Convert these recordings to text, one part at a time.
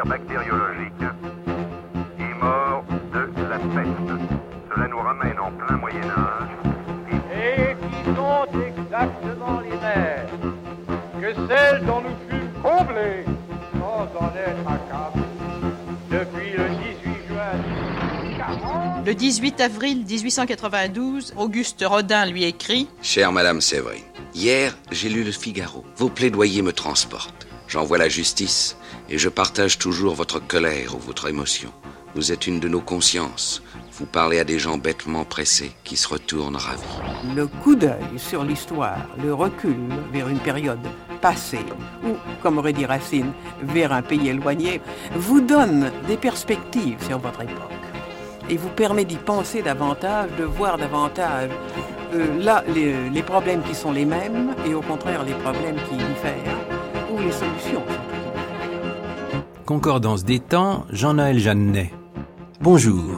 guerre bactériologique est mort de la peste. Cela nous ramène en plein Moyen-Âge. Et qui sont exactement les mêmes que celles dont nous fûmes comblés sans en être accablés depuis le 18 juin 40. Le 18 avril 1892, Auguste Rodin lui écrit « Chère Madame Séverine, hier, j'ai lu Le Figaro. Vos plaidoyers me transportent. J'en vois la justice et je partage toujours votre colère ou votre émotion. Vous êtes une de nos consciences. Vous parlez à des gens bêtement pressés qui se retournent ravis. » Le coup d'œil sur l'histoire, le recul vers une période passée, ou, comme aurait dit Racine, vers un pays éloigné, vous donne des perspectives sur votre époque et vous permet d'y penser davantage, de voir davantage là les problèmes qui sont les mêmes et au contraire les problèmes qui diffèrent ou les solutions. Concordance des temps, Jean-Noël Jeannet. Bonjour.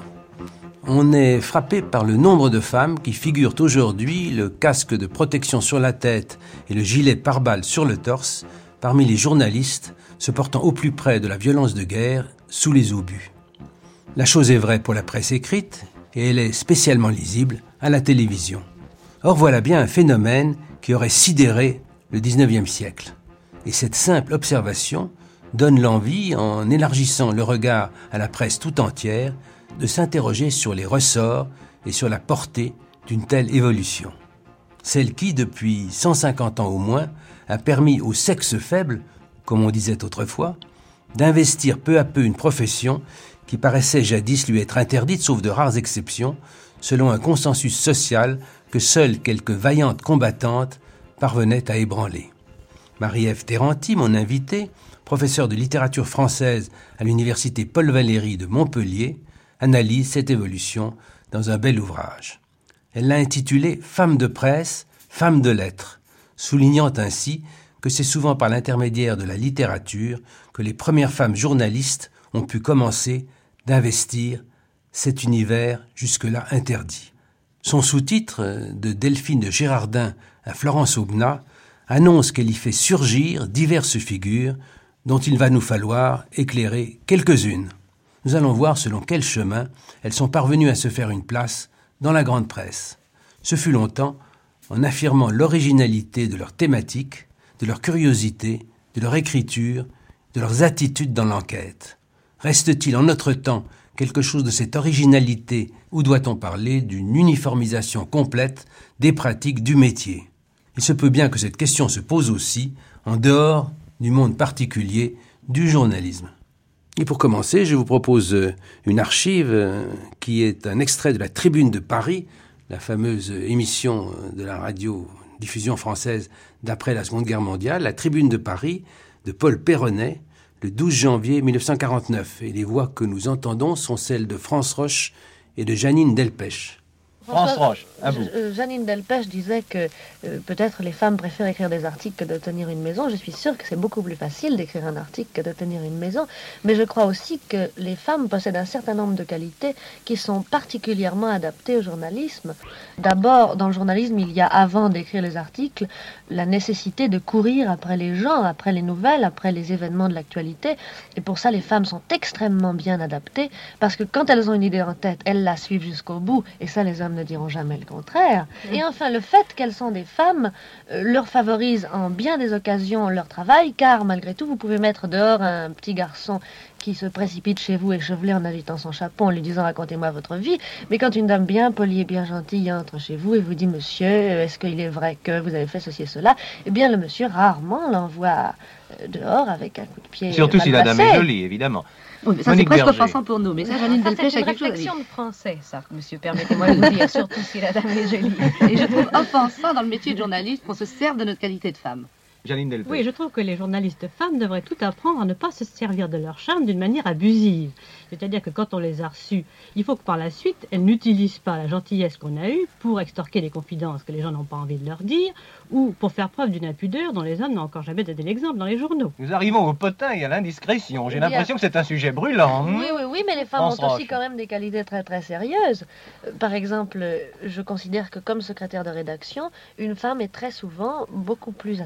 On est frappé par le nombre de femmes qui figurent aujourd'hui, le casque de protection sur la tête et le gilet pare-balles sur le torse, parmi les journalistes se portant au plus près de la violence de guerre sous les obus. La chose est vraie pour la presse écrite et elle est spécialement lisible à la télévision. Or voilà bien un phénomène qui aurait sidéré le XIXe siècle. Et cette simple observation donne l'envie, en élargissant le regard à la presse tout entière, de s'interroger sur les ressorts et sur la portée d'une telle évolution. Celle qui, depuis 150 ans au moins, a permis au sexe faible, comme on disait autrefois, d'investir peu à peu une profession qui paraissait jadis lui être interdite, sauf de rares exceptions, selon un consensus social que seules quelques vaillantes combattantes parvenaient à ébranler. Marie-Ève Terranti, mon invitée, professeure de littérature française à l'université Paul Valéry de Montpellier, analyse cette évolution dans un bel ouvrage. Elle l'a intitulé « Femme de presse, femme de lettres », soulignant ainsi que c'est souvent par l'intermédiaire de la littérature que les premières femmes journalistes ont pu commencer d'investir cet univers jusque-là interdit. Son sous-titre, de Delphine de Gérardin à Florence Aubenas, annonce qu'elle y fait surgir diverses figures dont il va nous falloir éclairer quelques-unes. Nous allons voir selon quel chemin elles sont parvenues à se faire une place dans la grande presse. Ce fut longtemps en affirmant l'originalité de leur thématique, de leur curiosité, de leur écriture, de leurs attitudes dans l'enquête. Reste-t-il en notre temps quelque chose de cette originalité ou doit-on parler d'une uniformisation complète des pratiques du métier ? Il se peut bien que cette question se pose aussi en dehors du monde particulier du journalisme. Et pour commencer, je vous propose une archive qui est un extrait de la Tribune de Paris, la fameuse émission de la radio-diffusion française d'après la Seconde Guerre mondiale, la Tribune de Paris de Paul Perronnet, le 12 janvier 1949. Et les voix que nous entendons sont celles de France Roche et de Jeannine Delpech. France Roche, à vous. Jeannine Delpech disait que peut-être les femmes préfèrent écrire des articles que de tenir une maison. Je suis sûre que c'est beaucoup plus facile d'écrire un article que de tenir une maison. Mais je crois aussi que les femmes possèdent un certain nombre de qualités qui sont particulièrement adaptées au journalisme. D'abord, dans le journalisme, il y a, avant d'écrire les articles, la nécessité de courir après les gens, après les nouvelles, après les événements de l'actualité. Et pour ça, les femmes sont extrêmement bien adaptées parce que quand elles ont une idée en tête, elles la suivent jusqu'au bout. Et ça, les hommes ne diront jamais le contraire. Et enfin, le fait qu'elles sont des femmes leur favorise en bien des occasions leur travail, car malgré tout, vous pouvez mettre dehors un petit garçon qui se précipite chez vous échevelé en agitant son chapeau en lui disant « racontez-moi votre vie ». Mais quand une dame bien polie et bien gentille entre chez vous et vous dit « monsieur, est-ce qu'il est vrai que vous avez fait ceci et cela ?» Eh bien, le monsieur rarement l'envoie dehors avec un coup de pied. Surtout si la dame est jolie, évidemment. Oui, mais ça, c'est presque offensant pour nous. Mais ça, Jeannine Delpech a quelque chose à dire. C'est une réflexion de français, ça, monsieur. Permettez-moi de vous dire, surtout si la dame est jolie. Et je trouve offensant dans le métier de journaliste qu'on se serve de notre qualité de femme. Jeannine Delpech. Oui, je trouve que les journalistes femmes devraient tout apprendre à ne pas se servir de leur charme d'une manière abusive. C'est-à-dire que quand on les a reçues, il faut que par la suite, elles n'utilisent pas la gentillesse qu'on a eue pour extorquer des confidences que les gens n'ont pas envie de leur dire, ou pour faire preuve d'une impudeur dont les hommes n'ont encore jamais donné l'exemple dans les journaux. Nous arrivons au potin et à l'indiscrétion. J'ai l'impression que c'est un sujet brûlant. Oui, mais les femmes France ont aussi Roche. quand même des qualités très très sérieuses. Par exemple, je considère que comme secrétaire de rédaction, une femme est très souvent beaucoup plus à sa place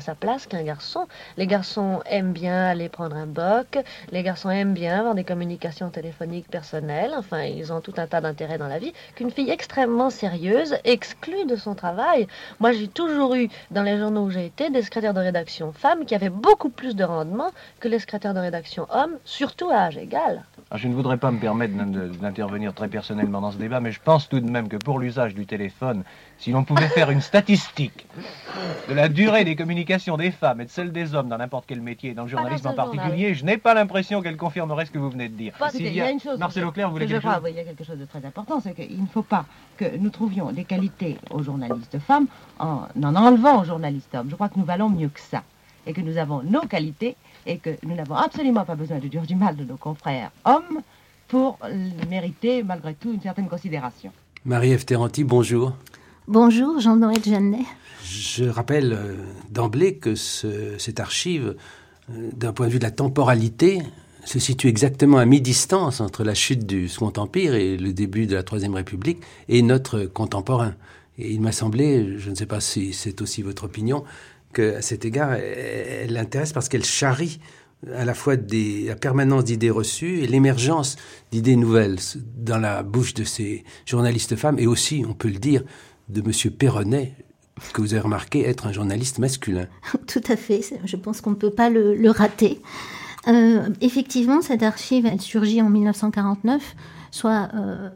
qu'un garçon. Les garçons aiment bien aller prendre un boc, les garçons aiment bien avoir des communications téléphoniques personnelles, enfin, ils ont tout un tas d'intérêts dans la vie, qu'une fille extrêmement sérieuse exclue de son travail. Moi, j'ai toujours eu, dans les journaux où j'ai été, des secrétaires de rédaction femmes qui avaient beaucoup plus de rendement que les secrétaires de rédaction hommes, surtout à âge égal. Je ne voudrais pas me permettre d'intervenir très personnellement dans ce débat, mais je pense tout de même que pour l'usage du téléphone, si l'on pouvait faire une statistique de la durée des communications des femmes et de celle des hommes dans n'importe quel métier, et dans le journalisme en particulier, je n'ai pas l'impression qu'elle confirmerait ce que vous venez de dire. Il y a une chose, Marcel Auclair, vous voulez quelque chose ? Il y a quelque chose de très important, c'est qu'il ne faut pas que nous trouvions des qualités aux journalistes femmes en enlevant aux journalistes hommes. Je crois que nous valons mieux que ça, et que nous avons nos qualités, et que nous n'avons absolument pas besoin de dire du mal de nos confrères hommes pour mériter malgré tout une certaine considération. Marie-Ève Terranti, bonjour. Bonjour, Jean-Noël Jeannet. Je rappelle d'emblée que cette archive, d'un point de vue de la temporalité, se situe exactement à mi-distance entre la chute du Second Empire et le début de la Troisième République et notre contemporain. Et il m'a semblé, je ne sais pas si c'est aussi votre opinion, qu'à cet égard, elle l'intéresse parce qu'elle charrie à la fois la permanence d'idées reçues et l'émergence d'idées nouvelles dans la bouche de ces journalistes femmes et aussi, on peut le dire, de M. Perronnet, que vous avez remarqué être un journaliste masculin. Tout à fait, je pense qu'on ne peut pas le rater. Effectivement, cette archive, elle surgit en 1949, soit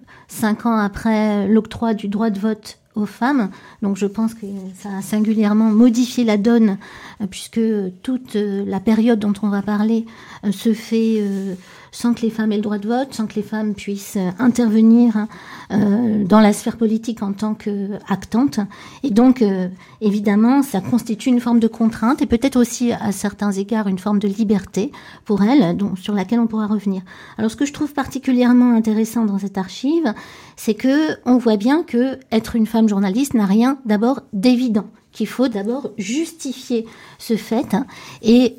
5 ans après l'octroi du droit de vote aux femmes. Donc je pense que ça a singulièrement modifié la donne, puisque toute la période dont on va parler se fait sans que les femmes aient le droit de vote, sans que les femmes puissent intervenir dans la sphère politique en tant qu'actantes. Et donc, évidemment, ça constitue une forme de contrainte et peut-être aussi, à certains égards, une forme de liberté pour elles, sur laquelle on pourra revenir. Alors, ce que je trouve particulièrement intéressant dans cette archive, c'est que on voit bien que être une femme journaliste n'a rien d'abord d'évident, qu'il faut d'abord justifier ce fait et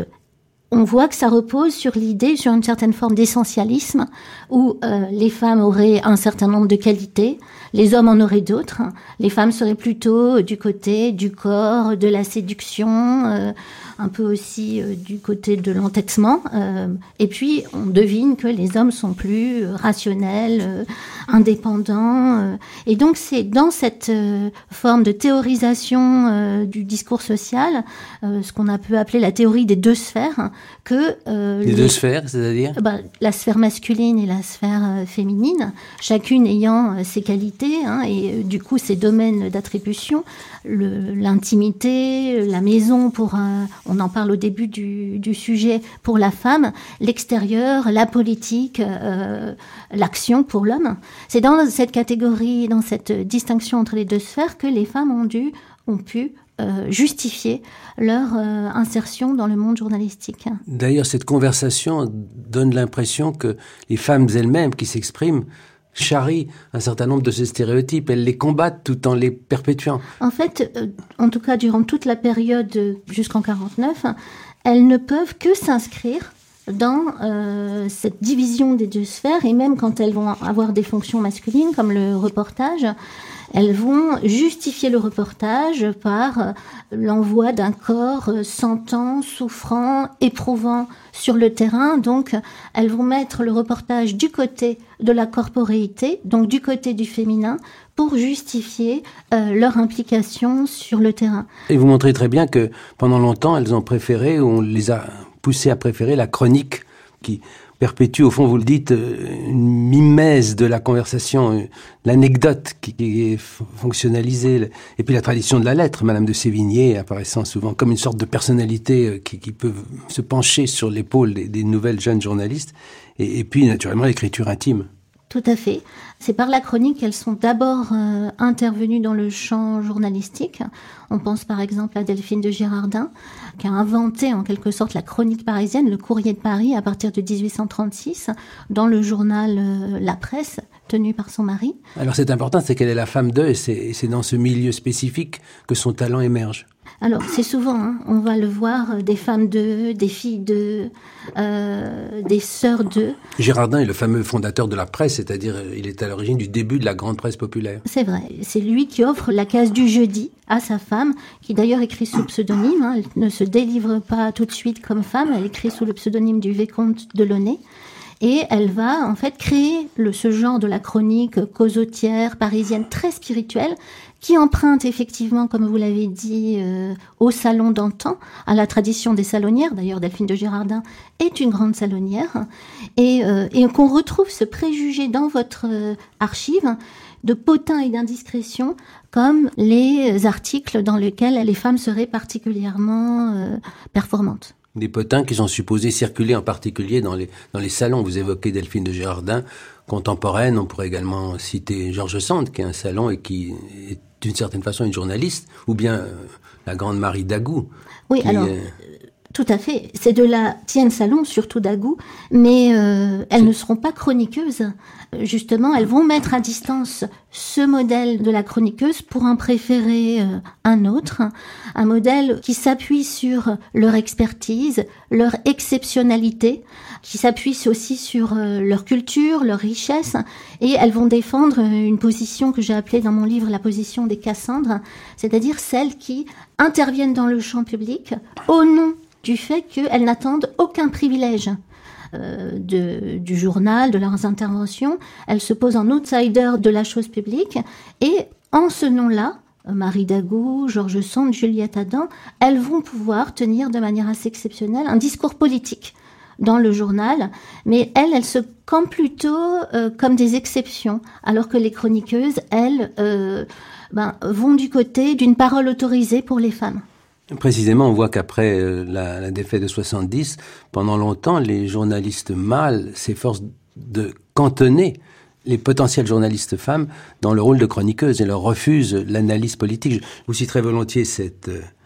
on voit que ça repose sur l'idée, sur une certaine forme d'essentialisme, où les femmes auraient un certain nombre de qualités, les hommes en auraient d'autres. Les femmes seraient plutôt du côté du corps, de la séduction, un peu aussi du côté de l'entêtement. Et puis, on devine que les hommes sont plus rationnels, indépendants. Et donc, c'est dans cette forme de théorisation du discours social, ce qu'on a pu appeler la théorie des deux sphères, que les deux sphères, c'est-à-dire la sphère masculine et la sphère féminine, chacune ayant ses qualités et du coup ses domaines d'attribution, l'intimité, la maison pour on en parle au début du sujet pour la femme, l'extérieur, la politique, l'action pour l'homme. C'est dans cette catégorie, dans cette distinction entre les deux sphères que les femmes ont pu justifier leur insertion dans le monde journalistique. D'ailleurs, cette conversation donne l'impression que les femmes elles-mêmes qui s'expriment charrient un certain nombre de ces stéréotypes. Elles les combattent tout en les perpétuant. En fait, en tout cas durant toute la période jusqu'en 49, elles ne peuvent que s'inscrire dans cette division des deux sphères, et même quand elles vont avoir des fonctions masculines comme le reportage, elles vont justifier le reportage par l'envoi d'un corps sentant, souffrant, éprouvant sur le terrain. Donc, elles vont mettre le reportage du côté de la corporéité, donc du côté du féminin, pour justifier leur implication sur le terrain. Et vous montrez très bien que pendant longtemps, elles ont préféré, ou on les a poussées à préférer la chronique qui perpétue, au fond, vous le dites, une mimèse de la conversation, l'anecdote qui est fonctionnalisée, et puis la tradition de la lettre, Madame de Sévigné apparaissant souvent comme une sorte de personnalité qui peut se pencher sur l'épaule des nouvelles jeunes journalistes, et puis naturellement l'écriture intime. Tout à fait. C'est par la chronique qu'elles sont d'abord intervenues dans le champ journalistique. On pense par exemple à Delphine de Girardin, qui a inventé en quelque sorte la chronique parisienne, le Courrier de Paris, à partir de 1836, dans le journal La Presse, tenu par son mari. Alors c'est important, c'est qu'elle est la femme d'eux, et c'est dans ce milieu spécifique que son talent émerge. Alors, c'est souvent, on va le voir, des femmes d'eux, des filles d'eux, des sœurs d'eux. Girardin est le fameux fondateur de la presse, c'est-à-dire il est à l'origine du début de la grande presse populaire. C'est vrai, c'est lui qui offre la case du jeudi à sa femme, qui d'ailleurs écrit sous pseudonyme. Elle ne se délivre pas tout de suite comme femme, elle écrit sous le pseudonyme du vicomte de Launay. Et elle va en fait créer ce genre de la chronique causotière, parisienne, très spirituelle, qui emprunte effectivement, comme vous l'avez dit, au salon d'antan, à la tradition des salonnières. D'ailleurs, Delphine de Girardin est une grande salonnière. Et qu'on retrouve ce préjugé dans votre archive de potin et d'indiscrétion, comme les articles dans lesquels les femmes seraient particulièrement performantes. Des potins qui sont supposés circuler en particulier dans les salons. Vous évoquez Delphine de Girardin, contemporaine. On pourrait également citer Georges Sand, qui est un salon et qui est d'une certaine façon une journaliste, ou bien la grande Marie Dagout. Oui, alors, tout à fait. C'est de la tienne salon, surtout Dagout, mais elles ne seront pas chroniqueuses. Justement, elles vont mettre à distance ce modèle de la chroniqueuse pour en préférer un autre, un modèle qui s'appuie sur leur expertise, leur exceptionnalité, qui s'appuie aussi sur leur culture, leur richesse, et elles vont défendre une position que j'ai appelée dans mon livre la position des Cassandres, c'est-à-dire celles qui interviennent dans le champ public au nom du fait qu'elles n'attendent aucun privilège du journal, de leurs interventions. Elles se posent en outsider de la chose publique, et en ce nom-là, Marie Dagout, Georges Sand, Juliette Adam, elles vont pouvoir tenir de manière assez exceptionnelle un discours politique dans le journal, mais elles se campent plutôt comme des exceptions, alors que les chroniqueuses, elles, vont du côté d'une parole autorisée pour les femmes. Précisément, on voit qu'après la défaite de 70, pendant longtemps, les journalistes mâles s'efforcent de cantonner les potentielles journalistes femmes dans le rôle de chroniqueuses et leur refusent l'analyse politique. Je vous citerai volontiers cet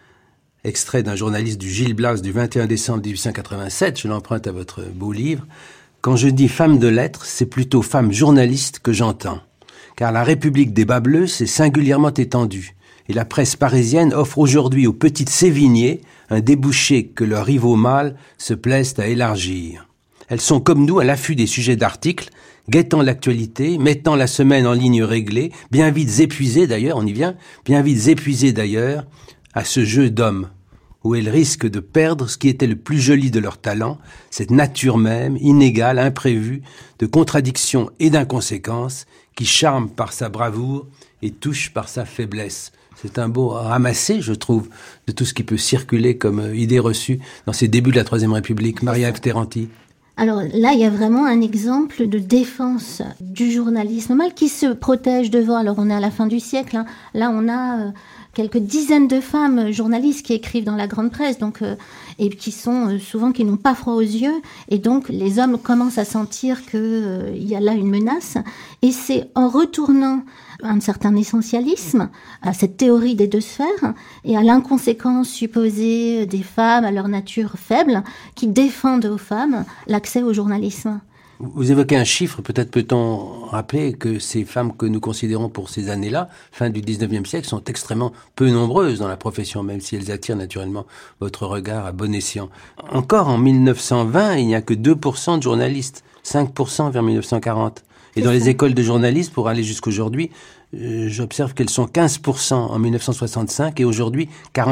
extrait d'un journaliste du Gil Blas du 21 décembre 1887, je l'emprunte à votre beau livre. « Quand je dis femme de lettres, c'est plutôt femme journaliste que j'entends, car la République des bas bleus s'est singulièrement étendue. Et la presse parisienne offre aujourd'hui aux petites Sévignées un débouché que leurs rivaux mâles se plaisent à élargir. Elles sont comme nous à l'affût des sujets d'articles, guettant l'actualité, mettant la semaine en ligne réglée, bien vite épuisées d'ailleurs, on y vient, bien vite épuisées d'ailleurs, à ce jeu d'hommes, où elles risquent de perdre ce qui était le plus joli de leur talent, cette nature même, inégale, imprévue, de contradictions et d'inconséquences, qui charme par sa bravoure et touche par sa faiblesse. » C'est un beau ramassé, je trouve, de tout ce qui peut circuler comme idée reçue dans ces débuts de la Troisième République. Maria Efteranti. Alors là, il y a vraiment un exemple de défense du journalisme mâle qui se protège devant. Alors on est à la fin du siècle. Là, on a quelques dizaines de femmes journalistes qui écrivent dans la grande presse, donc et qui sont souvent qui n'ont pas froid aux yeux, et donc les hommes commencent à sentir que il y a là une menace. Et c'est en retournant un certain essentialisme à cette théorie des deux sphères et à l'inconséquence supposée des femmes, à leur nature faible, qui défendent aux femmes l'accès au journalisme. Vous évoquez un chiffre, peut-être peut-on rappeler que ces femmes que nous considérons pour ces années-là, fin du 19e siècle, sont extrêmement peu nombreuses dans la profession, même si elles attirent naturellement votre regard à bon escient. Encore en 1920, il n'y a que 2% de journalistes, 5% vers 1940. Et dans les écoles de journalisme, pour aller jusqu'aujourd'hui, j'observe qu'elles sont 15% en 1965 et aujourd'hui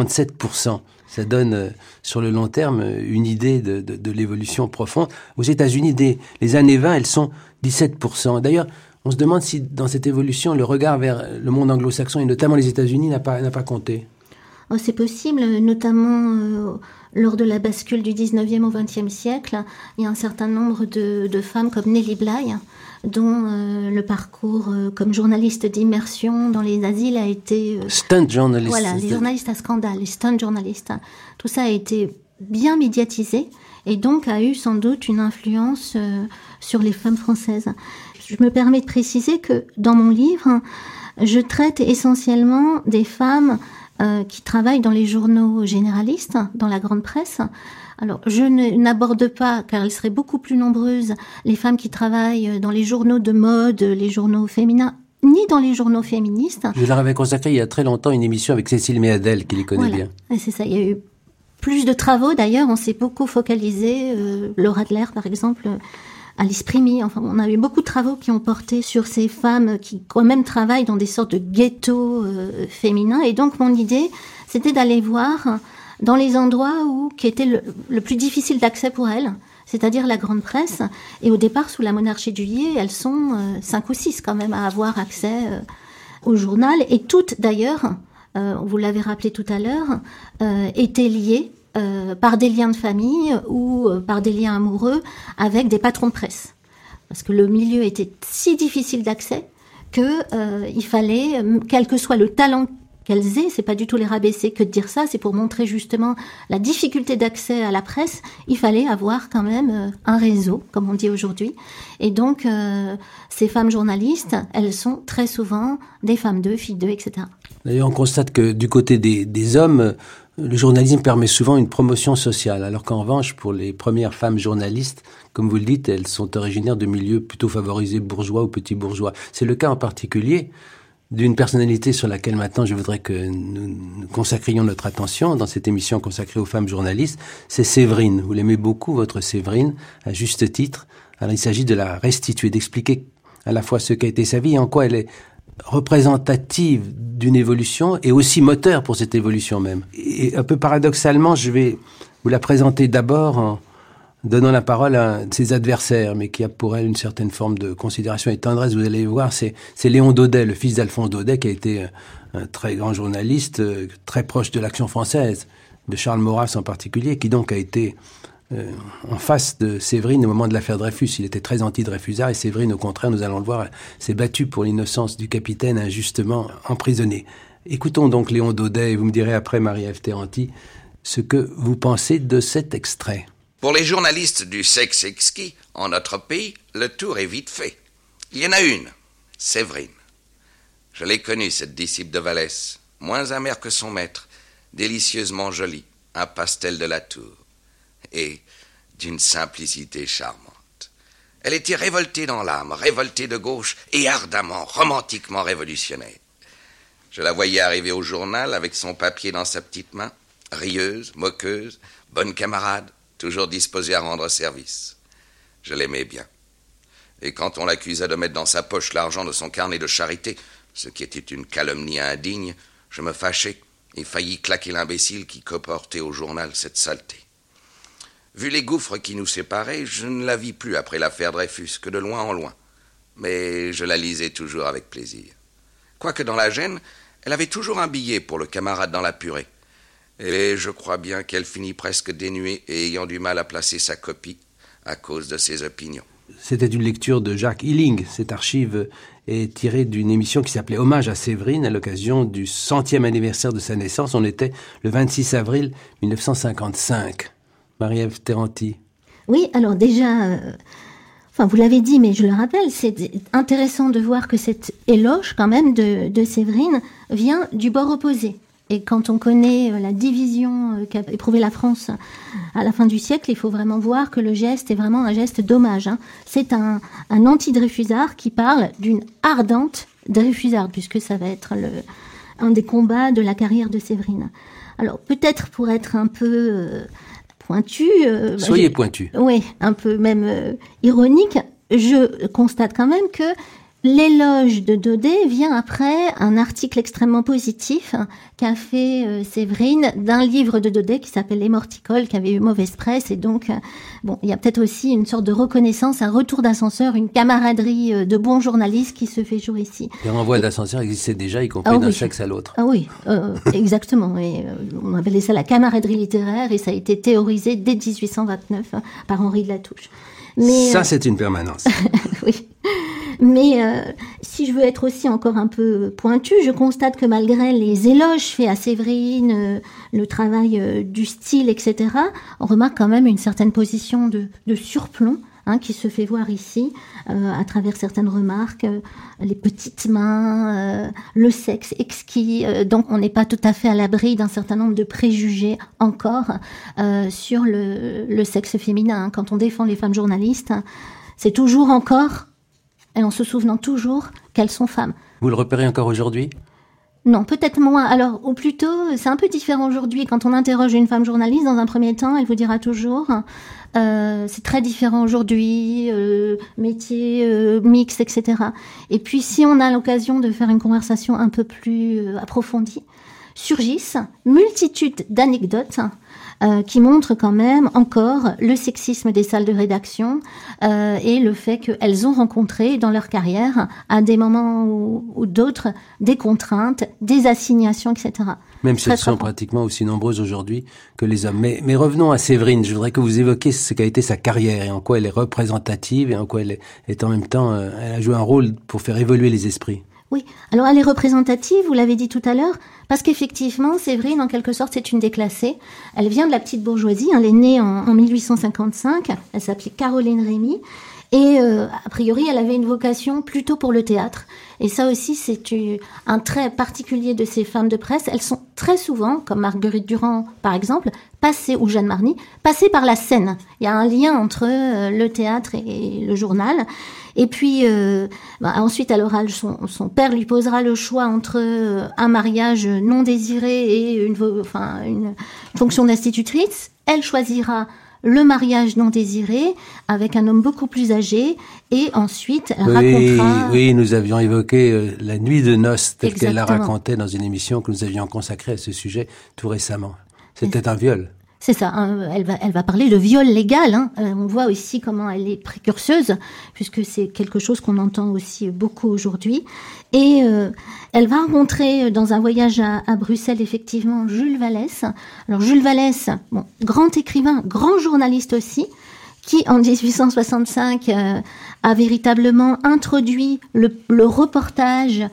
47%. Ça donne, sur le long terme, une idée de l'évolution profonde. Aux États-Unis, dès les années 20, elles sont 17%. D'ailleurs, on se demande si, dans cette évolution, le regard vers le monde anglo-saxon, et notamment les États-Unis, n'a pas compté. Oh, c'est possible, notamment lors de la bascule du 19e au 20e siècle. Il y a un certain nombre de femmes comme Nellie Bly, dont le parcours comme journaliste d'immersion dans les asiles a été... stunt journalist. Voilà, les journalistes à scandale, les stunt journalistes. Tout ça a été bien médiatisé et donc a eu sans doute une influence sur les femmes françaises. Je me permets de préciser que dans mon livre, je traite essentiellement des femmes qui travaillent dans les journaux généralistes, dans la grande presse. Alors, je n'aborde pas, car elles seraient beaucoup plus nombreuses, les femmes qui travaillent dans les journaux de mode, les journaux féminins ni dans les journaux féministes. Je leur avais consacré il y a très longtemps une émission avec Cécile Méadel, qui les connaît Voilà. bien. Et c'est ça, il y a eu plus de travaux d'ailleurs, on s'est beaucoup focalisé, Laura Adler par exemple, Alice Primi, enfin on a eu beaucoup de travaux qui ont porté sur ces femmes qui quand même travaillent dans des sortes de ghettos féminins. Et donc mon idée, c'était d'aller voir dans les endroits qui étaient le plus difficile d'accès pour elles, c'est-à-dire la grande presse. Et au départ, sous la monarchie de Juillet, elles sont 5 ou 6 quand même à avoir accès au journal. Et toutes d'ailleurs, vous l'avez rappelé tout à l'heure, étaient liées par des liens de famille ou par des liens amoureux avec des patrons de presse. Parce que le milieu était si difficile d'accès que il fallait, quel que soit le talent qu'elles aient, c'est pas du tout les rabaisser que de dire ça, c'est pour montrer justement la difficulté d'accès à la presse, il fallait avoir quand même un réseau, comme on dit aujourd'hui. Et donc, ces femmes journalistes, elles sont très souvent des femmes d'eux, filles d'eux, etc. D'ailleurs, on constate que du côté des hommes, le journalisme permet souvent une promotion sociale, alors qu'en revanche, pour les premières femmes journalistes, comme vous le dites, elles sont originaires de milieux plutôt favorisés bourgeois ou petits bourgeois. C'est le cas en particulier d'une personnalité sur laquelle maintenant je voudrais que nous consacrions notre attention dans cette émission consacrée aux femmes journalistes, c'est Séverine. Vous l'aimez beaucoup, votre Séverine, à juste titre. Alors il s'agit de la restituer, d'expliquer à la fois ce qu'a été sa vie et en quoi elle est représentative d'une évolution et aussi moteur pour cette évolution même. Et un peu paradoxalement, je vais vous la présenter d'abord en donnant la parole à un de ses adversaires, mais qui a pour elle une certaine forme de considération et de tendresse. Vous allez voir, c'est Léon Daudet, le fils d'Alphonse Daudet, qui a été un très grand journaliste, très proche de l'Action française, de Charles Maurras en particulier, qui donc a été en face de Séverine au moment de l'affaire Dreyfus. Il était très anti-Dreyfusard et Séverine, au contraire, nous allons le voir, s'est battue pour l'innocence du capitaine injustement emprisonné. Écoutons donc Léon Daudet et vous me direz après, Marie-Ève Terranti, ce que vous pensez de cet extrait. Pour les journalistes du sexe exquis, en notre pays, le tour est vite fait. Il y en a une, Séverine. Je l'ai connue, cette disciple de Vallès, moins amère que son maître, délicieusement jolie, un pastel de la tour, et d'une simplicité charmante. Elle était révoltée dans l'âme, révoltée de gauche et ardemment, romantiquement révolutionnaire. Je la voyais arriver au journal avec son papier dans sa petite main, rieuse, moqueuse, bonne camarade, toujours disposée à rendre service. Je l'aimais bien. Et quand on l'accusait de mettre dans sa poche l'argent de son carnet de charité, ce qui était une calomnie indigne, je me fâchai et faillis claquer l'imbécile qui colportait au journal cette saleté. Vu les gouffres qui nous séparaient, je ne la vis plus après l'affaire Dreyfus, que de loin en loin. Mais je la lisais toujours avec plaisir. Quoique dans la gêne, elle avait toujours un billet pour le camarade dans la purée. Et je crois bien qu'elle finit presque dénuée et ayant du mal à placer sa copie à cause de ses opinions. C'était une lecture de Jacques Hilling. Cette archive est tirée d'une émission qui s'appelait Hommage à Séverine à l'occasion du 100e anniversaire de sa naissance. On était le 26 avril 1955. Marie-Ève Terranti. Oui, alors déjà, vous l'avez dit, mais je le rappelle, c'est intéressant de voir que cet éloge quand même de Séverine vient du bord opposé. Et quand on connaît la division qu'a éprouvée la France à la fin du siècle, il faut vraiment voir que le geste est vraiment un geste d'hommage. C'est un anti-Dreyfusard qui parle d'une ardente Dreyfusarde, puisque ça va être un des combats de la carrière de Séverine. Alors peut-être pour être un peu pointu... Soyez pointu. Oui, un peu même ironique, je constate quand même que l'éloge de Daudet vient après un article extrêmement positif qu'a fait Séverine d'un livre de Daudet qui s'appelle Les Morticoles, qui avait eu mauvaise presse. Et donc, il y a peut-être aussi une sorte de reconnaissance, un retour d'ascenseur, une camaraderie de bons journalistes qui se fait jour ici. Les renvois d'ascenseur existaient déjà, y compris d'un sexe à l'autre. Ah oui, exactement. Et, on appelait ça la camaraderie littéraire et ça a été théorisé dès 1829 par Henri de Latouche. Mais, ça, c'est une permanence. Oui. Mais si je veux être aussi encore un peu pointue, je constate que malgré les éloges faits à Séverine, le travail du style, etc., on remarque quand même une certaine position de surplomb qui se fait voir ici, à travers certaines remarques, les petites mains, le sexe exquis. Donc on n'est pas tout à fait à l'abri d'un certain nombre de préjugés encore sur le sexe féminin. Quand on défend les femmes journalistes, c'est toujours encore... et en se souvenant toujours qu'elles sont femmes. Vous le repérez encore aujourd'hui ? Non, peut-être moins. Alors, ou plutôt, c'est un peu différent aujourd'hui. Quand on interroge une femme journaliste, dans un premier temps, elle vous dira toujours c'est très différent aujourd'hui, métier mixte, etc. Et puis, si on a l'occasion de faire une conversation un peu plus approfondie, surgissent multitude d'anecdotes qui montrent quand même encore le sexisme des salles de rédaction et le fait qu'elles ont rencontré dans leur carrière, à des moments ou d'autres, des contraintes, des assignations, etc. Même si elles sont pratiquement aussi nombreuses aujourd'hui que les hommes. Mais revenons à Séverine. Je voudrais que vous évoquiez ce qu'a été sa carrière et en quoi elle est représentative et en quoi elle est en même temps, elle a joué un rôle pour faire évoluer les esprits. Oui, alors elle est représentative, vous l'avez dit tout à l'heure, parce qu'effectivement, Séverine, en quelque sorte, c'est une déclassée. Elle vient de la petite bourgeoisie, elle est née en 1855, elle s'appelait Caroline Rémy, et a priori, elle avait une vocation plutôt pour le théâtre. Et ça aussi, c'est un trait particulier de ces femmes de presse. Elles sont très souvent, comme Marguerite Durand par exemple, ou Jeanne Marny, passées par la scène. Il y a un lien entre le théâtre et le journal. Et puis, ensuite, à l'oral, son père lui posera le choix entre un mariage non désiré et une fonction d'institutrice. Elle choisira le mariage non désiré avec un homme beaucoup plus âgé et ensuite elle racontera... Oui, nous avions évoqué la nuit de noces telle qu'elle la racontait dans une émission que nous avions consacrée à ce sujet tout récemment. C'était un viol. C'est ça, elle va parler de viol légal. On voit aussi comment elle est précurseuse, puisque c'est quelque chose qu'on entend aussi beaucoup aujourd'hui. Et elle va rencontrer dans un voyage à Bruxelles, effectivement, Jules Vallès. Alors Jules Vallès, grand écrivain, grand journaliste aussi, qui en 1865 a véritablement introduit le reportage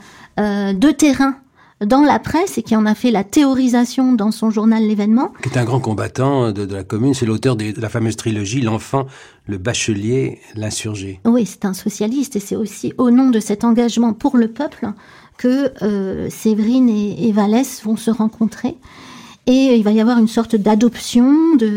de terrain dans la presse et qui en a fait la théorisation dans son journal L'Événement. Qui est un grand combattant de la Commune, c'est l'auteur de la fameuse trilogie L'Enfant, le Bachelier, l'Insurgé. Oui, c'est un socialiste et c'est aussi au nom de cet engagement pour le peuple que Séverine et Vallès vont se rencontrer. Et il va y avoir une sorte d'adoption,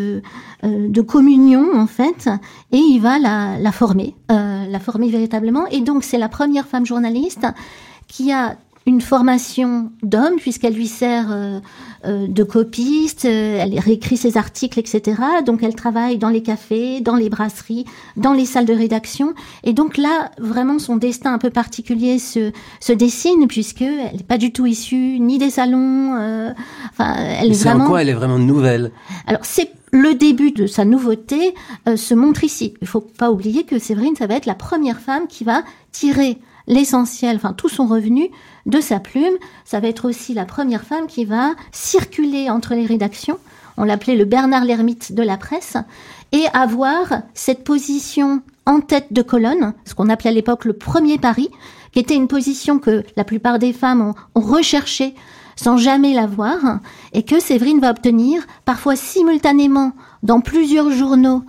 de communion en fait, et il va la former véritablement. Et donc c'est la première femme journaliste qui a une formation d'homme, puisqu'elle lui sert de copiste, elle réécrit ses articles, etc. Donc elle travaille dans les cafés, dans les brasseries, dans les salles de rédaction. Et donc là, vraiment, son destin un peu particulier se dessine, puisqu'elle n'est pas du tout issue ni des salons. Elle est vraiment... en quoi elle est vraiment nouvelle? Alors c'est le début de sa nouveauté se montre ici. Il ne faut pas oublier que Séverine, ça va être la première femme qui va tirer l'essentiel, tout son revenu de sa plume. Ça va être aussi la première femme qui va circuler entre les rédactions. On l'appelait le Bernard l'Ermite de la presse, et avoir cette position en tête de colonne, ce qu'on appelait à l'époque le premier pari, qui était une position que la plupart des femmes ont recherchée sans jamais l'avoir, et que Séverine va obtenir parfois simultanément dans plusieurs journaux,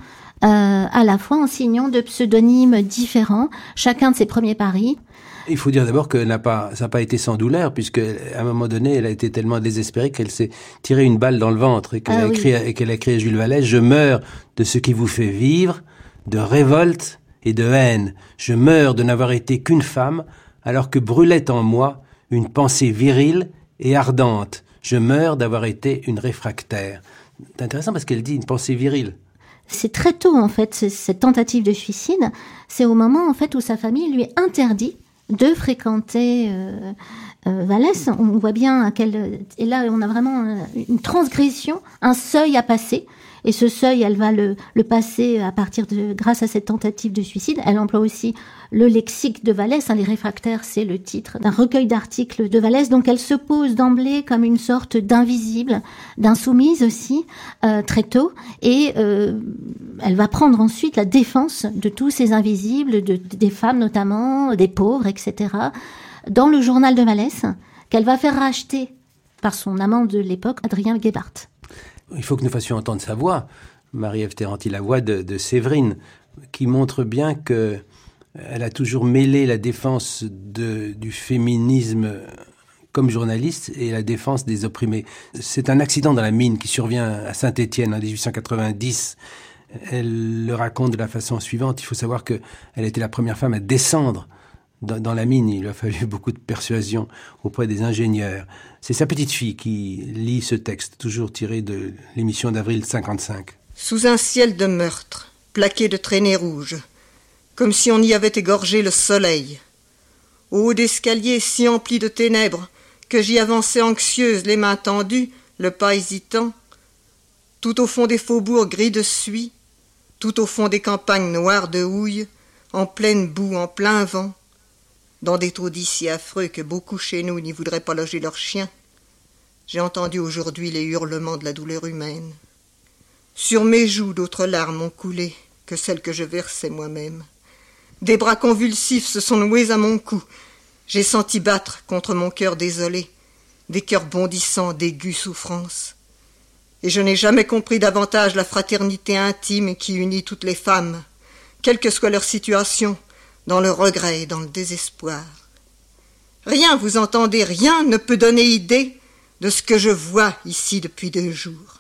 à la fois en signant de pseudonymes différents, chacun de ses premiers paris. Il faut dire d'abord que ça n'a pas été sans douleur, puisque à un moment donné, elle a été tellement désespérée qu'elle s'est tirée une balle dans le ventre et qu'elle a écrit à Jules Vallès: je meurs de ce qui vous fait vivre, de révolte et de haine. Je meurs de n'avoir été qu'une femme, alors que brûlait en moi une pensée virile et ardente. Je meurs d'avoir été une réfractaire. C'est intéressant parce qu'elle dit une pensée virile. C'est très tôt, en fait, cette tentative de suicide. C'est au moment, en fait, où sa famille lui interdit de fréquenter Vallès. On voit bien et là, on a vraiment une transgression, un seuil à passer. Et ce seuil, elle va le passer grâce à cette tentative de suicide. Elle emploie aussi le lexique de Vallès. Les réfractaires, c'est le titre d'un recueil d'articles de Vallès. Donc elle se pose d'emblée comme une sorte d'invisible, d'insoumise aussi, très tôt. Et elle va prendre ensuite la défense de tous ces invisibles, des femmes notamment, des pauvres, etc., dans le journal de Vallès, qu'elle va faire racheter par son amant de l'époque, Adrien Gebhardt. Il faut que nous fassions entendre sa voix, Marie-Ève Terranti, la voix de Séverine, qui montre bien qu'elle a toujours mêlé la défense du féminisme comme journaliste et la défense des opprimés. C'est un accident dans la mine qui survient à Saint-Étienne en 1890. Elle le raconte de la façon suivante. Il faut savoir qu'elle était la première femme à descendre Dans la mine, il lui a fallu beaucoup de persuasion auprès des ingénieurs. C'est sa petite fille qui lit ce texte, toujours tiré de l'émission d'avril 55. Sous un ciel de meurtre, plaqué de traînées rouges, comme si on y avait égorgé le soleil. Au haut d'escalier si empli de ténèbres que j'y avançais anxieuse, les mains tendues, le pas hésitant. Tout au fond des faubourgs gris de suie, tout au fond des campagnes noires de houille, en pleine boue, en plein vent, dans des taudis si affreux que beaucoup chez nous n'y voudraient pas loger leurs chiens, j'ai entendu aujourd'hui les hurlements de la douleur humaine. Sur mes joues d'autres larmes ont coulé que celles que je versais moi-même. Des bras convulsifs se sont noués à mon cou. J'ai senti battre contre mon cœur désolé des cœurs bondissants d'aiguës souffrances. Et je n'ai jamais compris davantage la fraternité intime qui unit toutes les femmes, quelle que soit leur situation, dans le regret et dans le désespoir. Rien, vous entendez, rien ne peut donner idée de ce que je vois ici depuis 2 jours.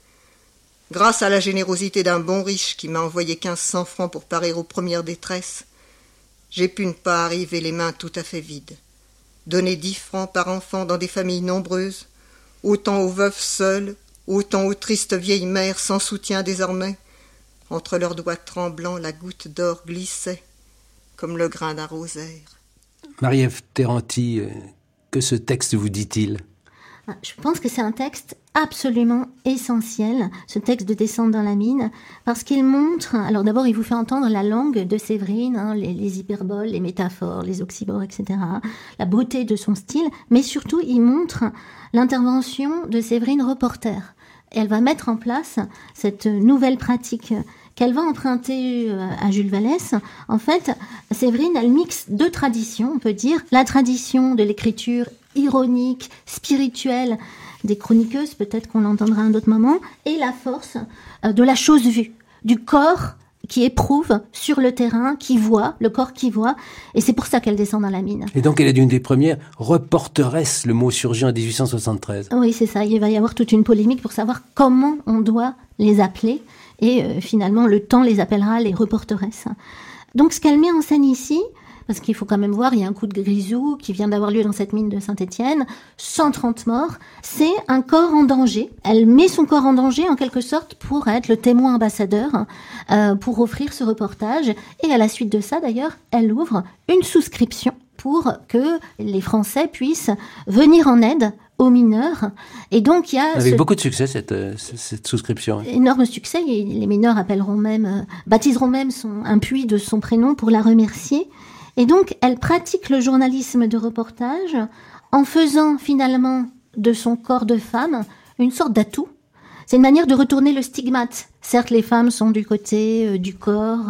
Grâce à la générosité d'un bon riche qui m'a envoyé 1500 francs pour parer aux premières détresses, j'ai pu ne pas arriver les mains tout à fait vides. Donner 10 francs par enfant dans des familles nombreuses, autant aux veuves seules, autant aux tristes vieilles mères sans soutien désormais. Entre leurs doigts tremblants, la goutte d'or glissait, comme le grain d'un rosaire. Marie-Ève Terranti, que ce texte vous dit-il ? Je pense que c'est un texte absolument essentiel, ce texte de Descendre dans la mine, parce qu'il montre, alors d'abord il vous fait entendre la langue de Séverine, les hyperboles, les métaphores, les oxymores, etc., la beauté de son style, mais surtout il montre l'intervention de Séverine reporter. Et elle va mettre en place cette nouvelle pratique qu'elle va emprunter à Jules Vallès. En fait, Séverine, elle mixe 2 traditions, on peut dire, la tradition de l'écriture ironique, spirituelle, des chroniqueuses, peut-être qu'on l'entendra à un autre moment, et la force de la chose vue, du corps qui éprouve sur le terrain, qui voit, le corps qui voit, et c'est pour ça qu'elle descend dans la mine. Et donc elle est une des premières reporteresses, le mot surgit en 1873. Oui, c'est ça, il va y avoir toute une polémique pour savoir comment on doit les appeler, et finalement le temps les appellera les reporteresses. Donc ce qu'elle met en scène ici, parce qu'il faut quand même voir, il y a un coup de grisou qui vient d'avoir lieu dans cette mine de Saint-Étienne, 130 morts, c'est un corps en danger. Elle met son corps en danger en quelque sorte pour être le témoin ambassadeur, pour offrir ce reportage. Et à la suite de ça d'ailleurs, elle ouvre une souscription pour que les Français puissent venir en aide aux mineurs. Et donc il y a avec beaucoup de succès cette souscription. Énorme succès. Les mineurs baptiseront même un puits de son prénom pour la remercier. Et donc, elle pratique le journalisme de reportage en faisant finalement de son corps de femme une sorte d'atout. C'est une manière de retourner le stigmate. Certes, les femmes sont du côté du corps,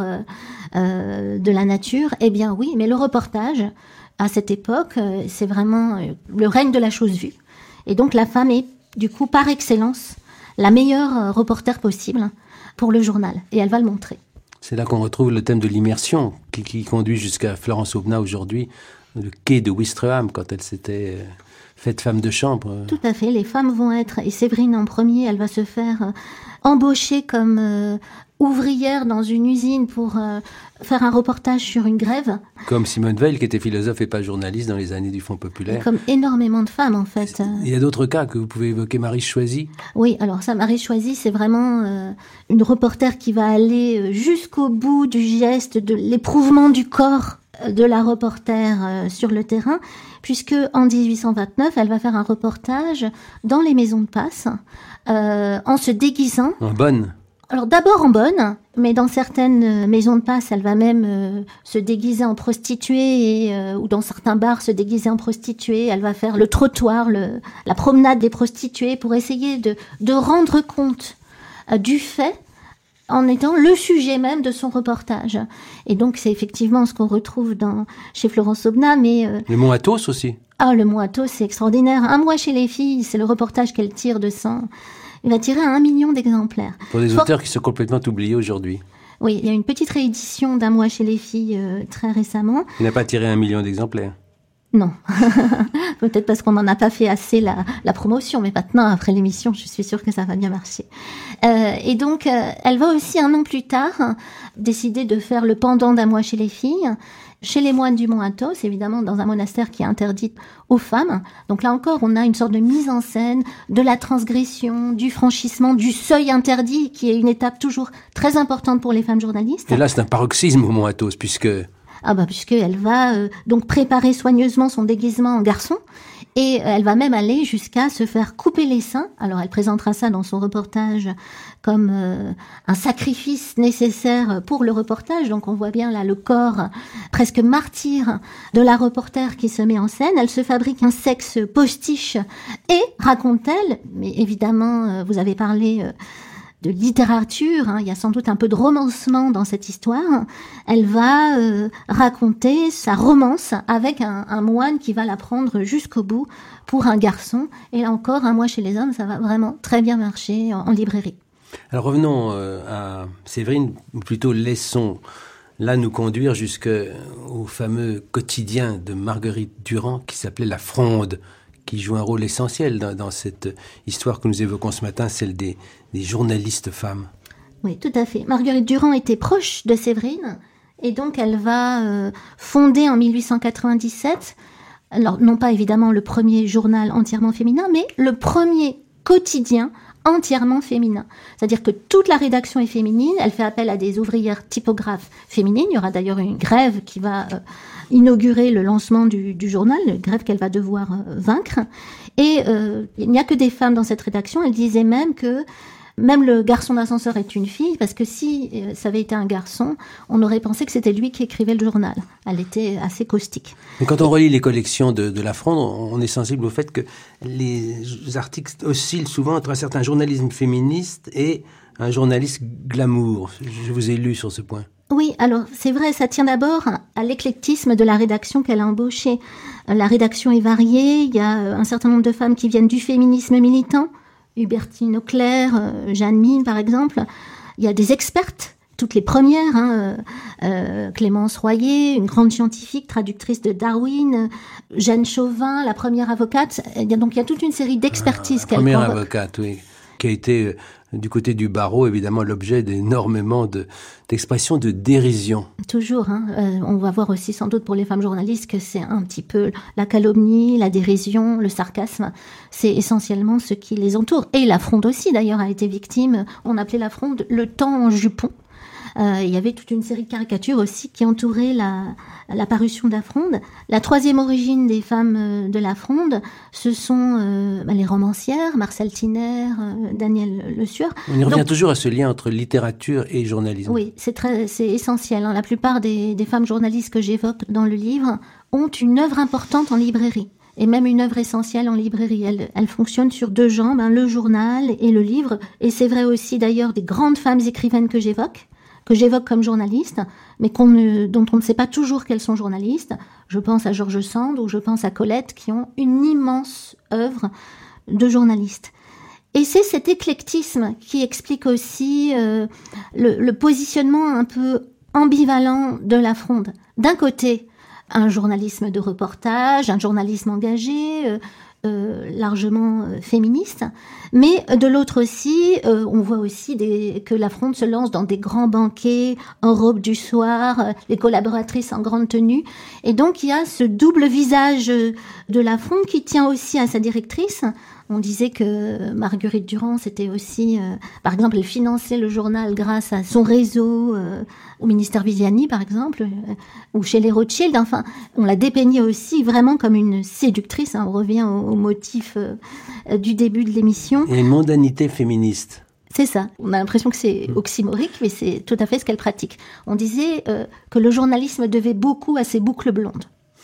de la nature. Eh bien oui, mais le reportage, à cette époque, c'est vraiment le règne de la chose vue. Et donc, la femme est, du coup, par excellence, la meilleure reporter possible pour le journal. Et elle va le montrer. C'est là qu'on retrouve le thème de l'immersion qui conduit jusqu'à Florence Aubenas aujourd'hui, le quai de Ouistreham, quand elle s'était faite femme de chambre. Tout à fait, les femmes vont être, et Séverine en premier, elle va se faire embaucher comme ouvrière dans une usine pour faire un reportage sur une grève. Comme Simone Veil, qui était philosophe et pas journaliste dans les années du Front populaire. Et comme énormément de femmes, en fait. Il y a d'autres cas que vous pouvez évoquer, Marie Choisy. Oui, alors ça, Marie Choisy, c'est vraiment une reporter qui va aller jusqu'au bout du geste, de l'éprouvement du corps de la reporter sur le terrain, puisque en 1829, elle va faire un reportage dans les maisons de passe, en se déguisant. En bonne. Alors d'abord en bonne, mais dans certaines maisons de passe, elle va même se déguiser en prostituée ou dans certains bars se déguiser en prostituée. Elle va faire le trottoir, la promenade des prostituées pour essayer de rendre compte du fait en étant le sujet même de son reportage. Et donc c'est effectivement ce qu'on retrouve chez Florence Aubenas, mais... Le Mont Athos aussi. Ah, le Mont Athos, c'est extraordinaire. Un mois chez les filles, c'est le reportage qu'elle tire de sang. Il va tirer à 1 million d'exemplaires. Pour des auteurs qui sont complètement oubliés aujourd'hui. Oui, il y a une petite réédition d'Un mois chez les filles très récemment. Il n'a pas tiré 1 million d'exemplaires. Non. Peut-être parce qu'on n'en a pas fait assez la promotion, mais maintenant, après l'émission, je suis sûre que ça va bien marcher. Et donc, elle va aussi, un an plus tard, décider de faire le pendant d'un mois chez les filles, chez les moines du Mont Athos, évidemment, dans un monastère qui est interdit aux femmes. Donc là encore, on a une sorte de mise en scène de la transgression, du franchissement, du seuil interdit, qui est une étape toujours très importante pour les femmes journalistes. Et là, c'est un paroxysme au Mont Athos, puisqu'elle va donc préparer soigneusement son déguisement en garçon, et elle va même aller jusqu'à se faire couper les seins. Alors elle présentera ça dans son reportage comme un sacrifice nécessaire pour le reportage. Donc on voit bien là le corps presque martyr de la reporter qui se met en scène. Elle se fabrique un sexe postiche et, raconte-t-elle, mais évidemment vous avez parlé de littérature, il y a sans doute un peu de romancement dans cette histoire. Elle va raconter sa romance avec un moine qui va la prendre jusqu'au bout pour un garçon. Et là encore, un mois chez les hommes, ça va vraiment très bien marcher en librairie. Alors revenons à Séverine, ou plutôt laissons là nous conduire jusqu'au fameux quotidien de Marguerite Durand qui s'appelait La Fronde, qui joue un rôle essentiel dans cette histoire que nous évoquons ce matin, celle des journalistes femmes. Oui, tout à fait. Marguerite Durand était proche de Séverine, et donc elle va fonder en 1897, alors non pas évidemment le premier journal entièrement féminin, mais le premier quotidien entièrement féminin. C'est-à-dire que toute la rédaction est féminine, elle fait appel à des ouvrières typographes féminines. Il y aura d'ailleurs une grève qui va inaugurer le lancement du journal, une grève qu'elle va devoir vaincre. Et il n'y a que des femmes dans cette rédaction. Elle disait même que même le garçon d'ascenseur est une fille, parce que si ça avait été un garçon, on aurait pensé que c'était lui qui écrivait le journal. Elle était assez caustique. Mais quand on relit les collections de La Fronde, on est sensible au fait que les articles oscillent souvent entre un certain journalisme féministe et un journaliste glamour. Je vous ai lu sur ce point. Oui, alors c'est vrai, ça tient d'abord à l'éclectisme de la rédaction qu'elle a embauchée. La rédaction est variée, il y a un certain nombre de femmes qui viennent du féminisme militant, Hubertine Auclair, Jeanne Mine par exemple. Il y a des expertes, toutes les premières, Clémence Royer, une grande scientifique, traductrice de Darwin, Jeanne Chauvin, la première avocate. Donc il y a toute une série d'expertises qu'elle convoque. Première avocate, oui, qui a été du côté du barreau, évidemment, l'objet d'énormément d'expressions de dérision. Toujours, on va voir aussi sans doute pour les femmes journalistes que c'est un petit peu la calomnie, la dérision, le sarcasme. C'est essentiellement ce qui les entoure. Et La Fronde aussi, d'ailleurs, a été victime. On appelait La Fronde le temps en jupon. Il y avait toute une série de caricatures aussi qui entouraient la parution de La Fronde. La troisième origine des femmes de La Fronde, ce sont les romancières, Marcel Tiner, Daniel Le Sueur. On y revient toujours à ce lien entre littérature et journalisme. Oui, c'est essentiel. La plupart des femmes journalistes que j'évoque dans le livre ont une œuvre importante en librairie. Et même une œuvre essentielle en librairie. Elle fonctionne sur deux jambes, le journal et le livre. Et c'est vrai aussi d'ailleurs des grandes femmes écrivaines que j'évoque comme journalistes, mais dont on ne sait pas toujours qu'elles sont journalistes. Je pense à George Sand ou je pense à Colette, qui ont une immense œuvre de journaliste. Et c'est cet éclectisme qui explique aussi le positionnement un peu ambivalent de La Fronde. D'un côté, un journalisme de reportage, un journalisme engagé, largement féministe, mais de l'autre aussi, on voit aussi que La Fronde se lance dans des grands banquets en robe du soir, les collaboratrices en grande tenue, et donc il y a ce double visage de La Fronde qui tient aussi à sa directrice. On disait que Marguerite Durand, c'était aussi, par exemple, elle finançait le journal grâce à son réseau au ministère Viviani, par exemple, ou chez les Rothschild. Enfin, on la dépeignait aussi vraiment comme une séductrice. On revient au motif du début de l'émission. Et une mondanité féministe. C'est ça. On a l'impression que c'est oxymorique, mais c'est tout à fait ce qu'elle pratique. On disait que le journalisme devait beaucoup à ses boucles blondes.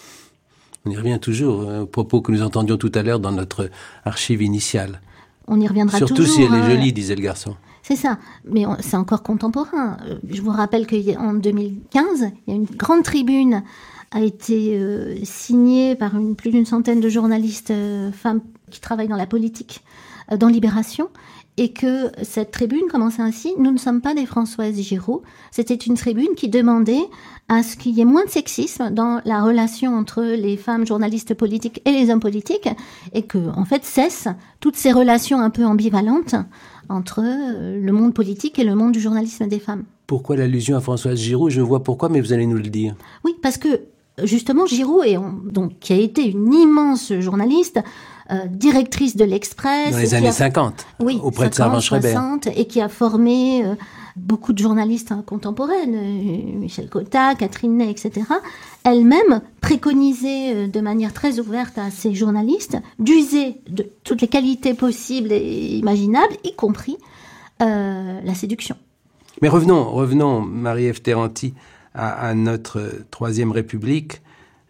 On y revient toujours aux propos que nous entendions tout à l'heure dans notre archive initiale. On y reviendra surtout toujours. Surtout si elle est jolie, disait le garçon. C'est ça, mais c'est encore contemporain. Je vous rappelle qu'en 2015, il y a une grande tribune a été signée par plus d'une centaine de journalistes femmes qui travaillent dans la politique, dans Libération. et que cette tribune commençait ainsi: nous ne sommes pas des Françoise Giroud. C'était une tribune qui demandait à ce qu'il y ait moins de sexisme dans la relation entre les femmes journalistes politiques et les hommes politiques, et que, en fait, cessent toutes ces relations un peu ambivalentes entre le monde politique et le monde du journalisme des femmes. Pourquoi l'allusion à Françoise Giroud? Je vois pourquoi, mais vous allez nous le dire. Oui, parce que justement, Giroud, donc, qui a été une immense journaliste, directrice de l'Express. Dans les années 50, oui, auprès de Servan-Schreiber. Et qui a formé beaucoup de journalistes contemporaines, Michel Cotta, Catherine Ney, etc. Elle-même préconisait de manière très ouverte à ces journalistes d'user de toutes les qualités possibles et imaginables, y compris la séduction. Mais revenons, Marie-Ève Terranti, à notre Troisième République.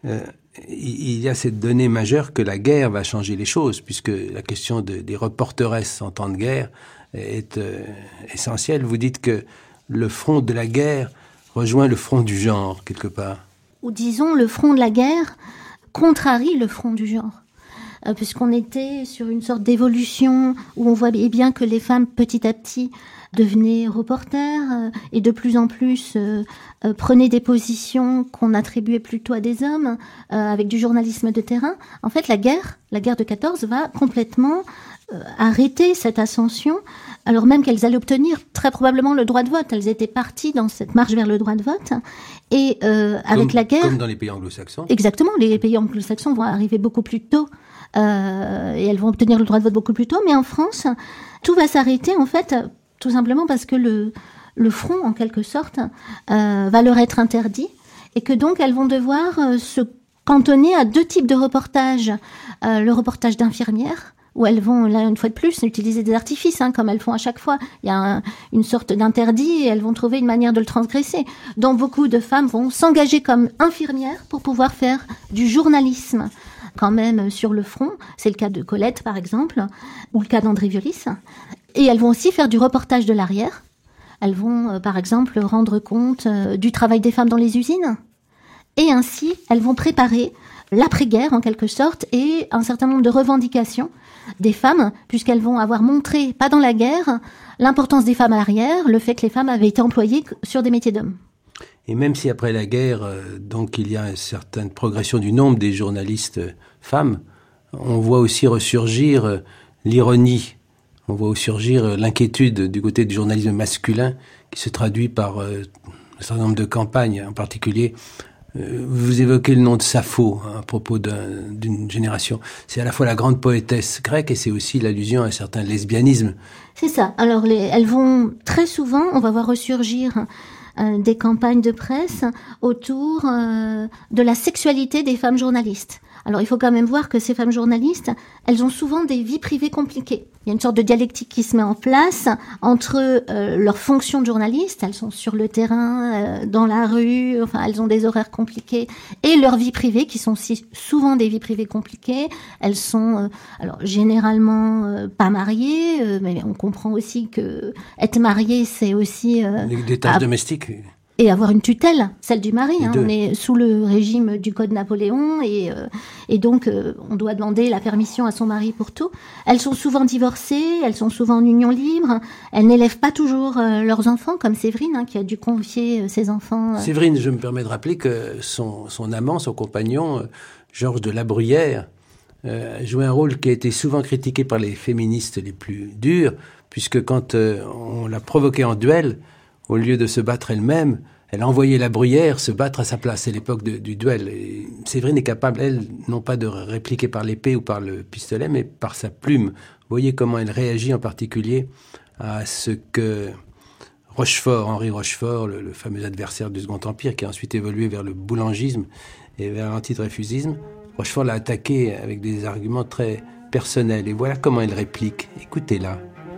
Il y a cette donnée majeure que la guerre va changer les choses, puisque la question des reporteresses en temps de guerre est essentielle. Vous dites que le front de la guerre rejoint le front du genre, quelque part. Ou disons, le front de la guerre contrarie le front du genre. Puisqu'on était sur une sorte d'évolution où on voyait bien que les femmes, petit à petit, devenaient reporters et de plus en plus prenaient des positions qu'on attribuait plutôt à des hommes, avec du journalisme de terrain. En fait, la guerre de 14 va complètement arrêter cette ascension, alors même qu'elles allaient obtenir très probablement le droit de vote. Elles étaient parties dans cette marche vers le droit de vote. Et avec la guerre... Comme dans les pays anglo-saxons. Exactement, les pays anglo-saxons vont arriver beaucoup plus tôt. Et elles vont obtenir le droit de vote beaucoup plus tôt. Mais en France, tout va s'arrêter, en fait, tout simplement parce que le front, en quelque sorte, va leur être interdit. Et que donc, elles vont devoir se cantonner à deux types de reportages. Le reportage d'infirmières, où elles vont, là, une fois de plus, utiliser des artifices, comme elles font à chaque fois. Il y a une sorte d'interdit et elles vont trouver une manière de le transgresser. Donc, beaucoup de femmes vont s'engager comme infirmières pour pouvoir faire du journalisme quand même sur le front. C'est le cas de Colette, par exemple, ou le cas d'André Violis. Et elles vont aussi faire du reportage de l'arrière. Elles vont, par exemple, rendre compte du travail des femmes dans les usines. Et ainsi, elles vont préparer l'après-guerre, en quelque sorte, et un certain nombre de revendications des femmes, puisqu'elles vont avoir montré, pas dans la guerre, l'importance des femmes à l'arrière, le fait que les femmes avaient été employées sur des métiers d'hommes. Et même si après la guerre, donc il y a une certaine progression du nombre des journalistes femmes, on voit aussi ressurgir l'ironie, on voit aussi surgir l'inquiétude du côté du journalisme masculin, qui se traduit par un certain nombre de campagnes, en particulier. Vous évoquez le nom de Sappho à propos d'une génération. C'est à la fois la grande poétesse grecque et c'est aussi l'allusion à un certain lesbianisme. C'est ça. Alors elles vont très souvent, on va voir ressurgir des campagnes de presse autour de la sexualité des femmes journalistes. Alors il faut quand même voir que ces femmes journalistes, elles ont souvent des vies privées compliquées. Il y a une sorte de dialectique qui se met en place entre leur fonction de journaliste, elles sont sur le terrain, dans la rue, enfin elles ont des horaires compliqués, et leur vie privée qui sont souvent des vies privées compliquées. Elles sont alors généralement pas mariées, mais on comprend aussi que être mariée c'est aussi des tâches domestiques. Et avoir une tutelle, celle du mari. On est sous le régime du Code Napoléon et donc on doit demander la permission à son mari pour tout. Elles sont souvent divorcées, elles sont souvent en union libre, elles n'élèvent pas toujours leurs enfants, comme Séverine qui a dû confier ses enfants. Séverine, je me permets de rappeler que son amant, son compagnon, Georges de La Bruyère, jouait un rôle qui a été souvent critiqué par les féministes les plus dures, puisque quand on l'a provoquée en duel, au lieu de se battre elle-même, elle envoyait La Bruyère se battre à sa place. C'est l'époque du duel. Et Séverine est capable, elle, non pas de répliquer par l'épée ou par le pistolet, mais par sa plume. Vous voyez comment elle réagit en particulier à ce que Henri Rochefort, le fameux adversaire du Second Empire, qui a ensuite évolué vers le boulangisme et vers l'antidreyfusisme. Rochefort l'a attaqué avec des arguments très personnels. Et voilà comment elle réplique. Écoutez-la.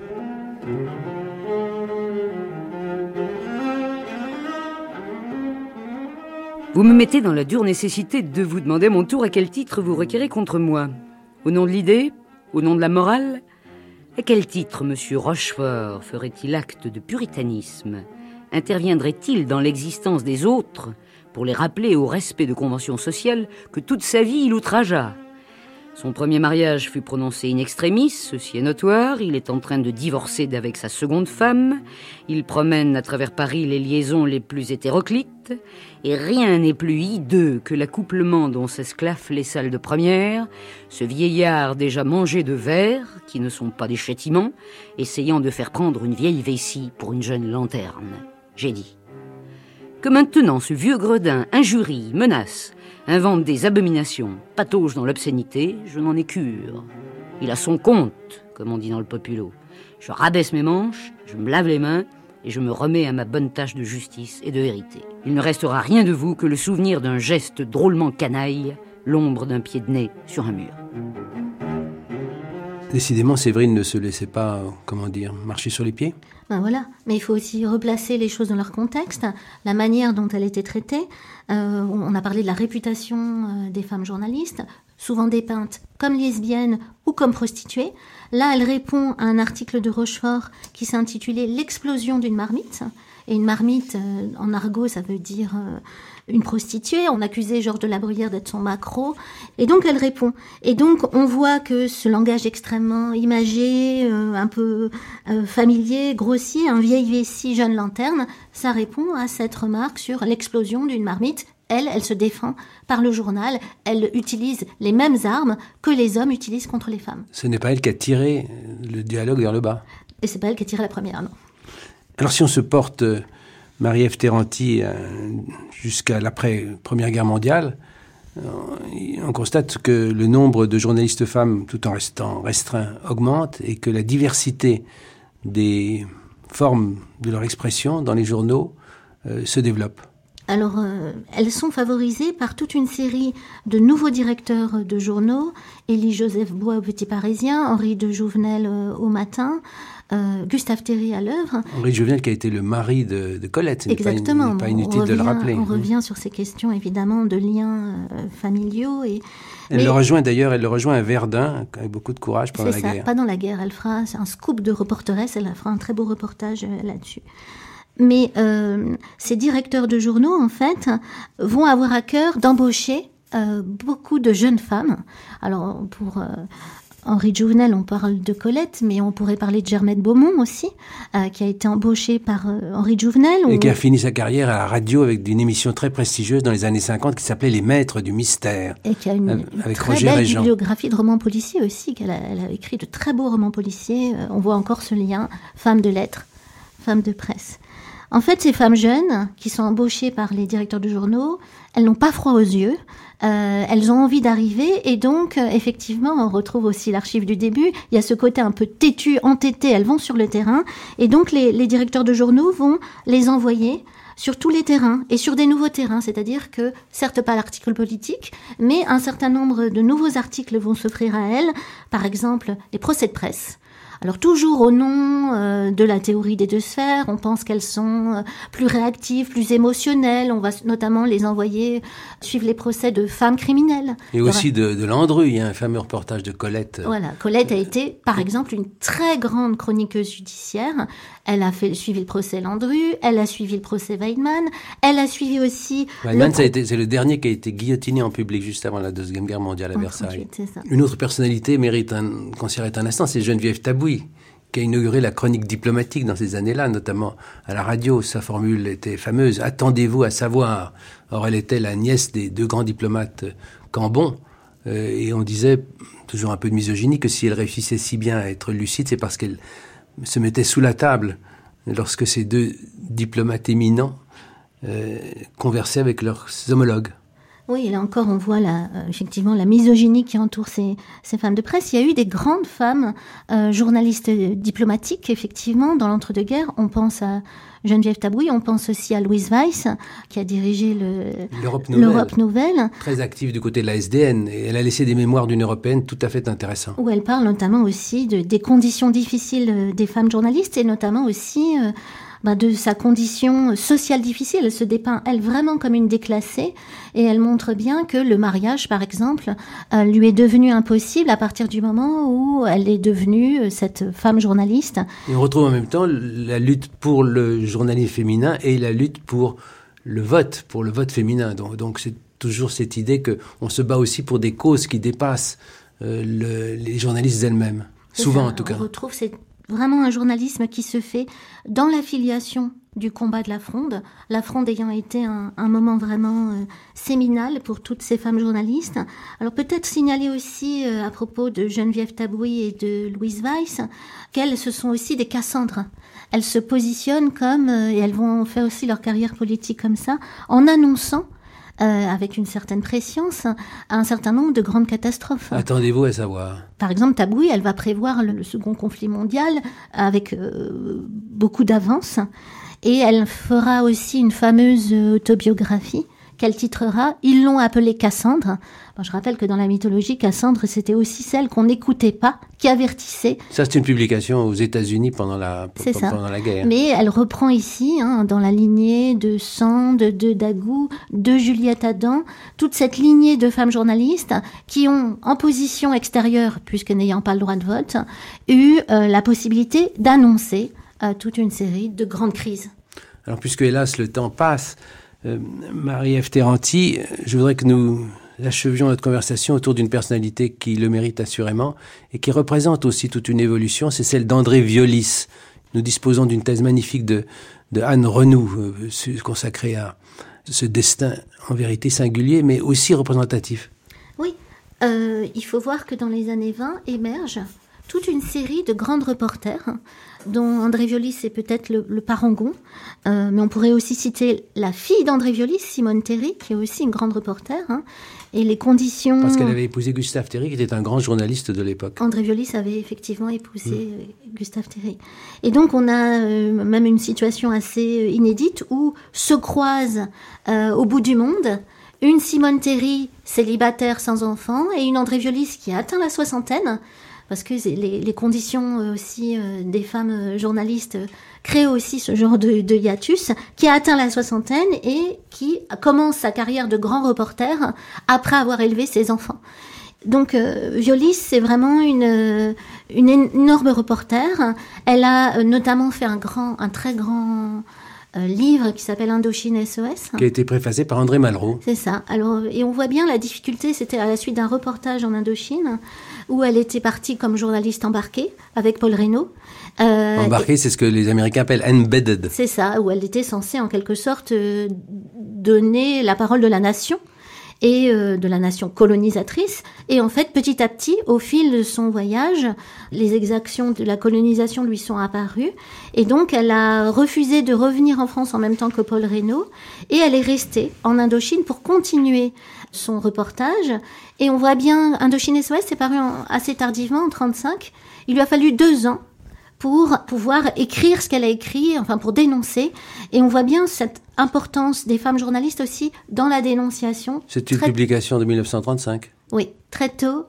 Vous me mettez dans la dure nécessité de vous demander à mon tour à quel titre vous requérez contre moi. Au nom de l'idée ? Au nom de la morale ? À quel titre M. Rochefort ferait-il acte de puritanisme ? Interviendrait-il dans l'existence des autres pour les rappeler au respect de conventions sociales que toute sa vie il outragea ? Son premier mariage fut prononcé in extremis, ceci est notoire. Il est en train de divorcer d'avec sa seconde femme. Il promène à travers Paris les liaisons les plus hétéroclites. Et rien n'est plus hideux que l'accouplement dont s'esclaffent les salles de première, ce vieillard déjà mangé de vers, qui ne sont pas des châtiments, essayant de faire prendre une vieille vessie pour une jeune lanterne. J'ai dit que maintenant ce vieux gredin injurie, menace, invente des abominations, patauge dans l'obscénité, je n'en ai cure. Il a son compte, comme on dit dans le populo. Je rabaisse mes manches, je me lave les mains et je me remets à ma bonne tâche de justice et de vérité. Il ne restera rien de vous que le souvenir d'un geste drôlement canaille, l'ombre d'un pied de nez sur un mur. Décidément, Séverine ne se laissait pas, marcher sur les pieds. Ben voilà, mais il faut aussi replacer les choses dans leur contexte, la manière dont elle était traitée. On a parlé de la réputation des femmes journalistes, souvent dépeintes comme lesbiennes ou comme prostituées. Là, elle répond à un article de Rochefort qui s'intitulait « L'explosion d'une marmite ». Et une marmite, en argot, ça veut dire une prostituée. On accusait Georges de la Bruyère d'être son maquereau. Et donc, elle répond. Et donc, on voit que ce langage extrêmement imagé, un peu familier, grossier, un vieille vessie, jeune lanterne, ça répond à cette remarque sur l'explosion d'une marmite. Elle se défend par le journal. Elle utilise les mêmes armes que les hommes utilisent contre les femmes. Ce n'est pas elle qui a tiré le dialogue vers le bas. Et c'est pas elle qui a tiré la première, non. Alors si on se porte Marie-Ève Terranti jusqu'à l'après-Première Guerre mondiale, on constate que le nombre de journalistes femmes, tout en restant restreint, augmente et que la diversité des formes de leur expression dans les journaux se développe. Alors, elles sont favorisées par toute une série de nouveaux directeurs de journaux. Élie-Joseph Bois au Petit Parisien, Henri de Jouvenel au Matin, Gustave Thierry à l'œuvre. Henri de Jouvenel qui a été le mari de Colette. Exactement. N'est pas inutile de le rappeler. On revient sur ces questions, évidemment, de liens familiaux. Elle le rejoint à Verdun, avec beaucoup de courage pendant la guerre. C'est ça, pas dans la guerre. Elle fera un scoop de reporteresse, elle fera un très beau reportage là-dessus. Mais ces directeurs de journaux, en fait, vont avoir à cœur d'embaucher beaucoup de jeunes femmes. Alors, pour Henri de Jouvenel, on parle de Colette, mais on pourrait parler de Germaine Beaumont aussi, qui a été embauchée par Henri de Jouvenel. Et qui a fini sa carrière à la radio avec une émission très prestigieuse dans les années 50 qui s'appelait Les Maîtres du Mystère. Et qui a une très belle bibliographie de romans policiers aussi. Elle a écrit de très beaux romans policiers. On voit encore ce lien, femme de lettres, femme de presse. En fait, ces femmes jeunes qui sont embauchées par les directeurs de journaux, elles n'ont pas froid aux yeux, elles ont envie d'arriver et donc, effectivement, on retrouve aussi l'archive du début, il y a ce côté un peu têtu, entêté, elles vont sur le terrain et donc les directeurs de journaux vont les envoyer sur tous les terrains et sur des nouveaux terrains, c'est-à-dire que, certes pas l'article politique, mais un certain nombre de nouveaux articles vont s'offrir à elles, par exemple les procès de presse. Alors toujours au nom de la théorie des deux sphères, on pense qu'elles sont plus réactives, plus émotionnelles. On va notamment les envoyer suivre les procès de femmes criminelles. Et aussi de Landru, il y a un fameux reportage de Colette. Voilà, Colette a été, par exemple, une très grande chroniqueuse judiciaire. Elle a suivi le procès Landru, elle a suivi le procès Weidmann, elle a suivi aussi... Weidmann, c'est le dernier qui a été guillotiné en public juste avant la Deuxième Guerre mondiale à Versailles. C'est ça. Une autre personnalité mérite qu'on s'y arrête un instant, c'est Geneviève Tabouy, qui a inauguré la chronique diplomatique dans ces années-là, notamment à la radio. Sa formule était fameuse, « Attendez-vous à savoir ». Or, elle était la nièce des deux grands diplomates Cambon, et on disait, toujours un peu de misogynie, que si elle réussissait si bien à être lucide, c'est parce qu'elle se mettait sous la table lorsque ces deux diplomates éminents conversaient avec leurs homologues. Oui, et là encore, on voit effectivement la misogynie qui entoure ces femmes de presse. Il y a eu des grandes femmes journalistes diplomatiques, effectivement, dans l'entre-deux-guerres. On pense à Geneviève Tabouy, on pense aussi à Louise Weiss, qui a dirigé l'Europe Nouvelle. Très active du côté de la SDN. Et elle a laissé des mémoires d'une européenne tout à fait intéressantes. Où elle parle notamment aussi des conditions difficiles des femmes journalistes et notamment aussi... de sa condition sociale difficile. Elle se dépeint, elle, vraiment comme une déclassée, et elle montre bien que le mariage, par exemple, lui est devenu impossible à partir du moment où elle est devenue cette femme journaliste. Et on retrouve en même temps la lutte pour le journalisme féminin et la lutte pour le vote féminin. Donc c'est toujours cette idée qu'on se bat aussi pour des causes qui dépassent les journalistes elles-mêmes. Souvent, en tout cas. On retrouve, c'est vraiment un journalisme qui se fait dans l'affiliation du combat de la Fronde ayant été un moment vraiment séminal pour toutes ces femmes journalistes. Alors peut-être signaler aussi à propos de Geneviève Tabouis et de Louise Weiss qu'elles, ce sont aussi des Cassandres. Elles se positionnent comme, et elles vont faire aussi leur carrière politique comme ça, en annonçant avec une certaine prescience, un certain nombre de grandes catastrophes. Attendez-vous à savoir. Par exemple, Tabouis, elle va prévoir le second conflit mondial avec beaucoup d'avance. Et elle fera aussi une fameuse autobiographie qu'elle titrera « Ils l'ont appelée Cassandre ». Bon, je rappelle que dans la mythologie, Cassandre, c'était aussi celle qu'on n'écoutait pas, qui avertissait. Ça, c'est une publication aux États-Unis pendant la guerre. Mais elle reprend ici, dans la lignée de Sand, de Dagou, de Juliette Adam, toute cette lignée de femmes journalistes qui ont, en position extérieure, puisque n'ayant pas le droit de vote, eu la possibilité d'annoncer toute une série de grandes crises. Alors, puisque hélas le temps passe, Marie-Ève Terranti, je voudrais que nous achevions notre conversation autour d'une personnalité qui le mérite assurément et qui représente aussi toute une évolution, c'est celle d'André Violis. Nous disposons d'une thèse magnifique de Anne Renoux consacrée à ce destin en vérité singulier mais aussi représentatif. Oui, il faut voir que dans les années 20 émerge toute une série de grandes reporters, dont André Violis est peut-être le parangon, mais on pourrait aussi citer la fille d'André Violis, Simone Terry, qui est aussi une grande reporter, et les conditions... Parce qu'elle avait épousé Gustave Terry, qui était un grand journaliste de l'époque. André Violis avait effectivement épousé Gustave Terry. Et donc on a même une situation assez inédite où se croisent au bout du monde une Simone Terry célibataire sans enfant et une André Violis qui a atteint la soixantaine, parce que les conditions aussi des femmes journalistes créent aussi ce genre de hiatus, qui a atteint la soixantaine et qui commence sa carrière de grand reporter après avoir élevé ses enfants. Donc Violis, c'est vraiment une énorme reporter. Elle a notamment fait un très grand livre qui s'appelle Indochine SOS. Qui a été préfacé par André Malraux. C'est ça. Alors, et on voit bien la difficulté, c'était à la suite d'un reportage en Indochine, où elle était partie comme journaliste embarquée avec Paul Reynaud. Embarquée, c'est ce que les Américains appellent embedded. C'est ça, où elle était censée en quelque sorte donner la parole de la nation, et de la nation colonisatrice. Et en fait, petit à petit, au fil de son voyage, les exactions de la colonisation lui sont apparues. Et donc, elle a refusé de revenir en France en même temps que Paul Reynaud. Et elle est restée en Indochine pour continuer son reportage. Et on voit bien, Indochine SOS, c'est paru assez tardivement, en 1935. Il lui a fallu 2 ans pour pouvoir écrire ce qu'elle a écrit, enfin pour dénoncer. Et on voit bien cette importance des femmes journalistes aussi dans la dénonciation. C'est une publication de 1935. Oui, très tôt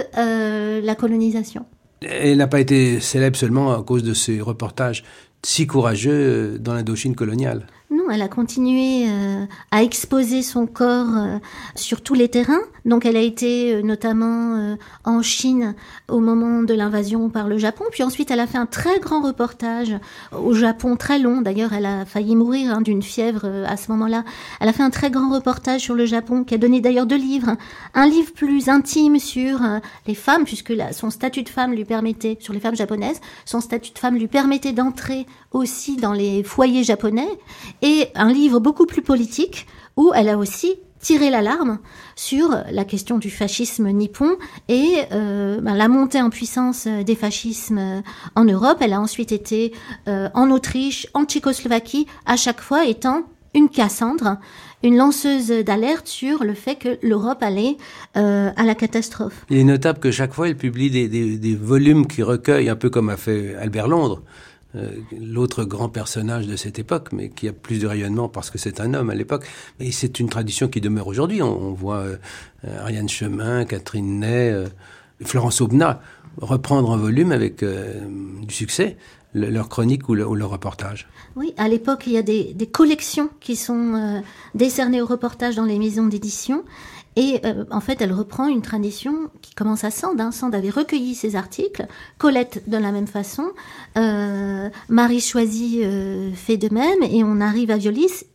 de la colonisation. Elle n'a pas été célèbre seulement à cause de ses reportages si courageux dans l'Indochine coloniale. Non, elle a continué à exposer son corps sur tous les terrains. Donc elle a été notamment en Chine au moment de l'invasion par le Japon. Puis ensuite, elle a fait un très grand reportage au Japon, très long. D'ailleurs, elle a failli mourir d'une fièvre à ce moment-là. Elle a fait un très grand reportage sur le Japon qui a donné d'ailleurs 2 livres. Un livre plus intime sur les femmes, puisque son statut de femme lui permettait, sur les femmes japonaises, son statut de femme lui permettait d'entrer aussi dans les foyers japonais. Et un livre beaucoup plus politique où elle a aussi tiré l'alarme sur la question du fascisme nippon et la montée en puissance des fascismes en Europe. Elle a ensuite été en Autriche, en Tchécoslovaquie, à chaque fois étant une Cassandre, une lanceuse d'alerte sur le fait que l'Europe allait à la catastrophe. Il est notable que chaque fois, elle publie des volumes qui recueillent, un peu comme a fait Albert Londres, l'autre grand personnage de cette époque, mais qui a plus de rayonnement parce que c'est un homme à l'époque. Et c'est une tradition qui demeure aujourd'hui. On voit Ariane Chemin, Catherine Ney, Florence Aubenas reprendre en volume avec du succès leur chronique ou leur reportage. Oui, à l'époque, il y a des collections qui sont décernées au reportage dans les maisons d'édition. Et en fait, elle reprend une tradition qui commence à Sand. Sand avait recueilli ses articles, Colette de la même façon, Marie Choisy fait de même, et on arrive à Violis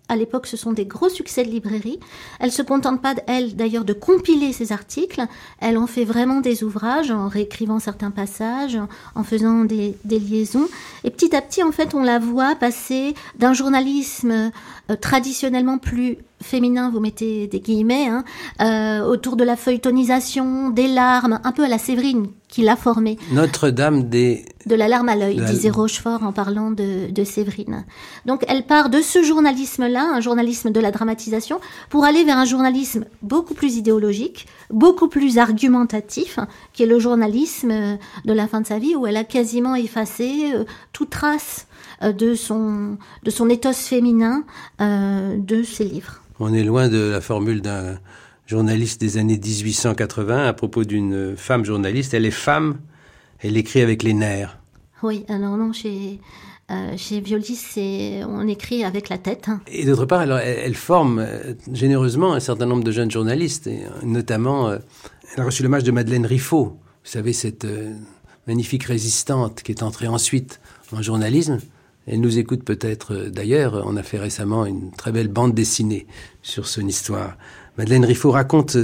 À l'époque, ce sont des gros succès de librairie. Elle se contente pas, elle, d'ailleurs, de compiler ces articles. Elle en fait vraiment des ouvrages, en réécrivant certains passages, en faisant des liaisons. Et petit à petit, en fait, on la voit passer d'un journalisme traditionnellement plus féminin, vous mettez des guillemets, autour de la feuilletonisation, des larmes, un peu à la Séverine qui l'a formée. Notre-Dame de la larme à l'œil, disait Rochefort en parlant de Séverine. Donc elle part de ce journalisme-là, un journalisme de la dramatisation, pour aller vers un journalisme beaucoup plus idéologique, beaucoup plus argumentatif, qui est le journalisme de la fin de sa vie, où elle a quasiment effacé toute trace de son ethos féminin de ses livres. On est loin de la formule d'un journaliste des années 1880 à propos d'une femme journaliste. Elle est femme, elle écrit avec les nerfs. Oui, alors non, chez Violis, on écrit avec la tête. Et d'autre part, alors, elle forme généreusement un certain nombre de jeunes journalistes, et notamment, elle a reçu l'hommage de Madeleine Riffaut. Vous savez, cette magnifique résistante qui est entrée ensuite en journalisme. Elle nous écoute peut-être d'ailleurs. On a fait récemment une très belle bande dessinée sur son histoire. Madeleine Riffaut raconte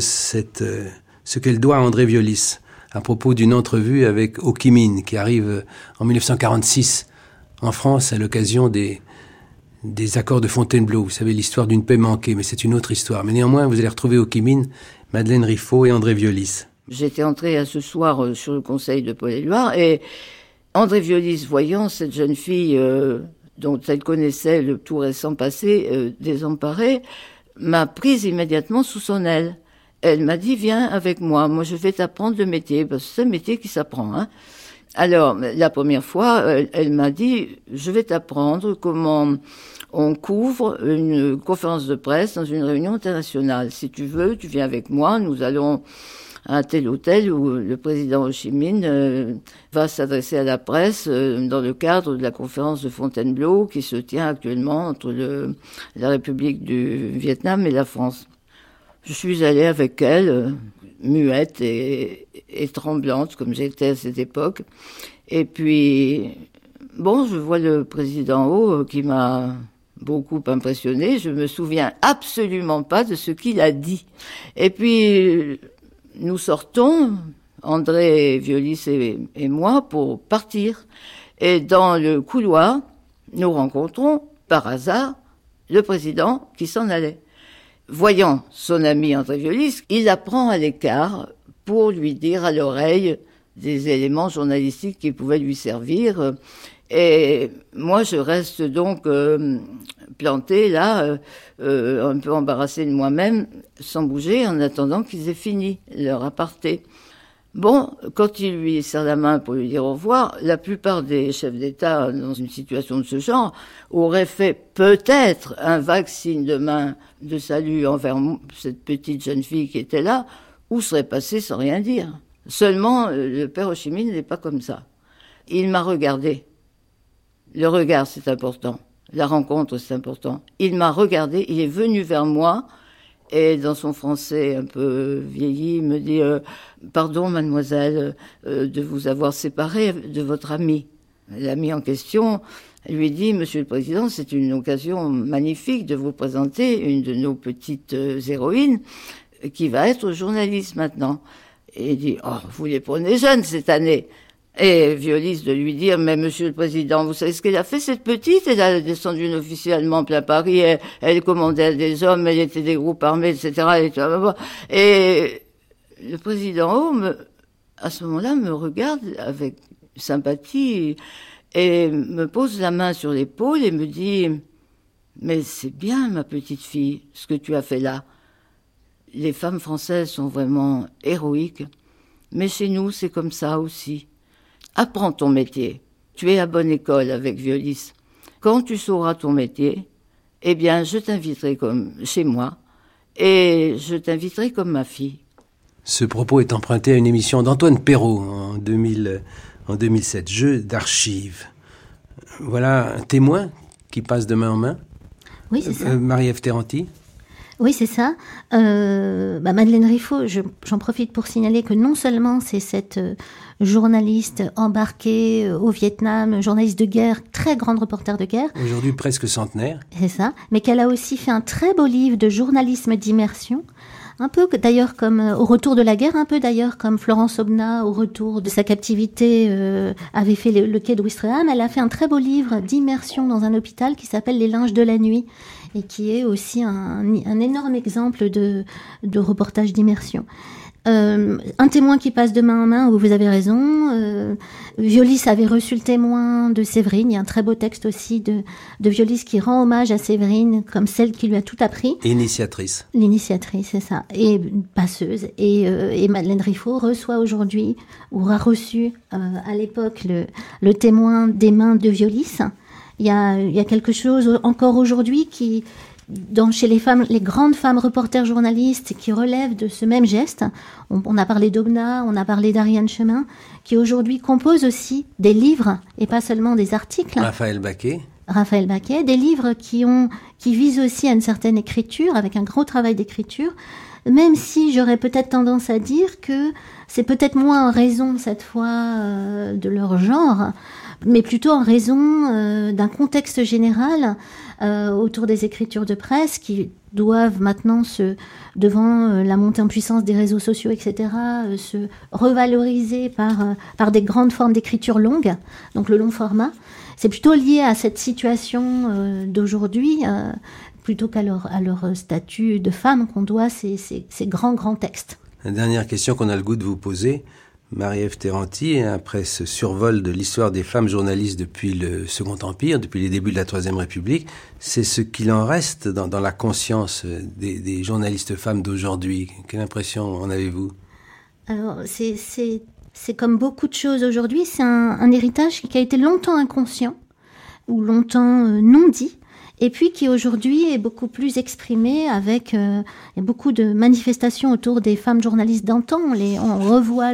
ce qu'elle doit à André Violis à propos d'une entrevue avec Ho Chi Minh qui arrive en 1946 en France à l'occasion des accords de Fontainebleau. Vous savez, l'histoire d'une paix manquée, mais c'est une autre histoire. Mais néanmoins, vous allez retrouver Ho Chi Minh, Madeleine Riffaut et André Violis. J'étais entrée à ce soir sur le conseil de Paul-Éluard et André Violis, voyant cette jeune fille dont elle connaissait le tout récent passé, désemparée, m'a prise immédiatement sous son aile. Elle m'a dit, viens avec moi je vais t'apprendre le métier, parce que c'est un métier qui s'apprend. Alors, la première fois, elle m'a dit, je vais t'apprendre comment on couvre une conférence de presse dans une réunion internationale. Si tu veux, tu viens avec moi, nous allons à un tel hôtel où le président Ho Chi Minh va s'adresser à la presse dans le cadre de la conférence de Fontainebleau qui se tient actuellement entre la République du Vietnam et la France. Je suis allée avec elle, muette et tremblante comme j'étais à cette époque. Et puis, je vois le président Ho qui m'a beaucoup impressionnée. Je me souviens absolument pas de ce qu'il a dit. Et puis, nous sortons, André Violis et moi, pour partir. Et dans le couloir, nous rencontrons, par hasard, le président qui s'en allait. Voyant son ami André Violis, il la prend à l'écart pour lui dire à l'oreille des éléments journalistiques qui pouvaient lui servir. Et moi, je reste donc plantée là, un peu embarrassée de moi-même, sans bouger, en attendant qu'ils aient fini leur aparté. Quand il lui serre la main pour lui dire au revoir, la plupart des chefs d'État, dans une situation de ce genre, auraient fait peut-être un vague signe de main de salut envers cette petite jeune fille qui était là, ou seraient passés sans rien dire. Seulement, le père Ho Chi Minh n'est pas comme ça. Il m'a regardé. Le regard, c'est important. La rencontre, c'est important. Il m'a regardé, il est venu vers moi, et dans son français un peu vieilli, il me dit « Pardon, mademoiselle, de vous avoir séparé de votre ami ». L'ami en question lui dit « Monsieur le Président, c'est une occasion magnifique de vous présenter une de nos petites héroïnes qui va être journaliste maintenant. » Et il dit « Oh, vous les prenez jeunes cette année ». Et Violis de lui dire, mais monsieur le président, vous savez ce qu'elle a fait, cette petite? Elle a descendu une officier allemand plein Paris, elle commandait des hommes, elle était des groupes armés, etc. Et le président Ho, à ce moment-là, me regarde avec sympathie et me pose la main sur l'épaule et me dit, mais c'est bien, ma petite fille, ce que tu as fait là. Les femmes françaises sont vraiment héroïques, mais chez nous, c'est comme ça aussi. Apprends ton métier. Tu es à bonne école avec Violis. Quand tu sauras ton métier, eh bien, je t'inviterai comme chez moi et je t'inviterai comme ma fille. Ce propos est emprunté à une émission d'Antoine Perrault en 2007, Jeu d'archives. Voilà un témoin qui passe de main en main. Oui, c'est ça. Marie-Ève Terranti. Oui, c'est ça. Madeleine Riffaut, j'en profite pour signaler que non seulement c'est cette journaliste embarquée au Vietnam, journaliste de guerre, très grande reporter de guerre. Aujourd'hui presque centenaire. C'est ça. Mais qu'elle a aussi fait un très beau livre de journalisme d'immersion. Un peu d'ailleurs comme au retour de la guerre, un peu d'ailleurs comme Florence Aubenas au retour de sa captivité avait fait le quai de Ouistreham. Elle a fait un très beau livre d'immersion dans un hôpital qui s'appelle Les linges de la nuit et qui est aussi un énorme exemple de reportage d'immersion. Un témoin qui passe de main en main, où vous avez raison. Violis avait reçu le témoin de Séverine. Il y a un très beau texte aussi de Violis qui rend hommage à Séverine comme celle qui lui a tout appris. Initiatrice. L'initiatrice, c'est ça. Et passeuse. Et Madeleine Riffaut reçoit aujourd'hui, ou a reçu à l'époque, le témoin des mains de Violis. Il y a quelque chose encore aujourd'hui qui... chez les femmes, les grandes femmes reporters journalistes qui relèvent de ce même geste. On a parlé d'Aubenas, on a parlé d'Ariane Chemin, qui aujourd'hui compose aussi des livres et pas seulement des articles. Raphaël Baquet, des livres qui visent aussi à une certaine écriture, avec un gros travail d'écriture, même si j'aurais peut-être tendance à dire que c'est peut-être moins en raison cette fois de leur genre, mais plutôt en raison d'un contexte général autour des écritures de presse qui doivent maintenant, devant la montée en puissance des réseaux sociaux, etc., se revaloriser par des grandes formes d'écriture longue, donc le long format. C'est plutôt lié à cette situation d'aujourd'hui, plutôt qu'à leur statut de femme qu'on doit ces grands textes. La dernière question qu'on a le goût de vous poser, Marie-Ève Terranti, après ce survol de l'histoire des femmes journalistes depuis le Second Empire, depuis les débuts de la Troisième République, c'est ce qu'il en reste dans la conscience des journalistes femmes d'aujourd'hui. Quelle impression en avez-vous ? Alors, c'est comme beaucoup de choses aujourd'hui, c'est un héritage qui a été longtemps inconscient, ou longtemps non dit, et puis qui aujourd'hui est beaucoup plus exprimé avec il y a beaucoup de manifestations autour des femmes journalistes d'antan. On revoit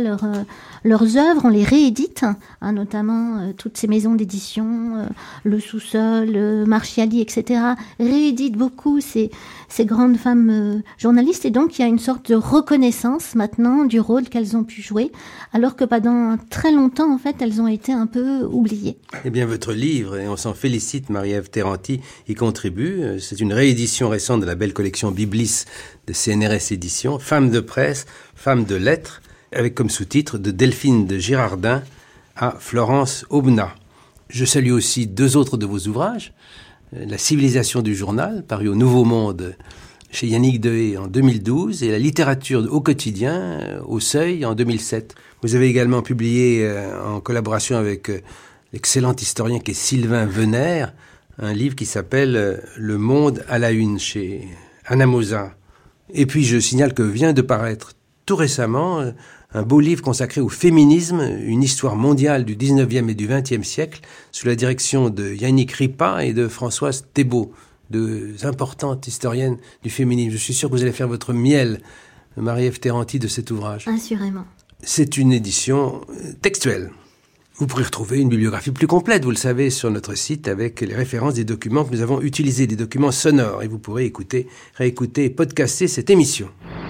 leurs œuvres, on les réédite, notamment toutes ces maisons d'édition, Le Sous-sol, Marchiali, etc. rééditent beaucoup ces grandes femmes journalistes, et donc il y a une sorte de reconnaissance maintenant du rôle qu'elles ont pu jouer, alors que pendant très longtemps, en fait, elles ont été un peu oubliées. Eh bien, votre livre, et on s'en félicite, Marie-Ève Terranti, y contribue. C'est une réédition récente de la belle collection Biblis de CNRS Éditions, Femmes de presse, Femmes de lettres, avec comme sous-titre de Delphine de Girardin à Florence Aubenas. Je salue aussi deux autres de vos ouvrages, La civilisation du journal, paru au Nouveau Monde chez Yannick Dehaye en 2012, et La littérature au quotidien au Seuil en 2007. Vous avez également publié en collaboration avec l'excellent historien qui est Sylvain Venner, un livre qui s'appelle Le Monde à la une chez Anamosa. Et puis je signale que vient de paraître tout récemment un beau livre consacré au féminisme, une histoire mondiale du 19e et du 20e siècle, sous la direction de Yannick Ripa et de Françoise Thébault, deux importantes historiennes du féminisme. Je suis sûr que vous allez faire votre miel, Marie-Ève Terranti, de cet ouvrage. Assurément. C'est une édition textuelle. Vous pourrez retrouver une bibliographie plus complète, vous le savez, sur notre site avec les références des documents que nous avons utilisés, des documents sonores, et vous pourrez écouter, réécouter et podcaster cette émission.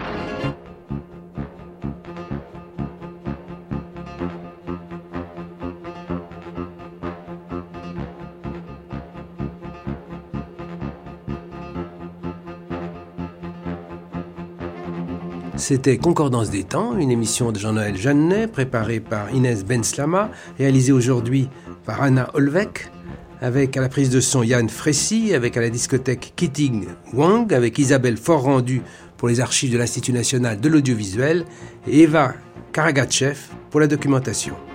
C'était Concordance des temps, une émission de Jean-Noël Jeannet, préparée par Inès Benslama, réalisée aujourd'hui par Anna Olvek, avec à la prise de son Yann Fressy, avec à la discothèque Keating Wang, avec Isabelle Fort-Rendu pour les archives de l'Institut national de l'audiovisuel, et Eva Karagatchev pour la documentation.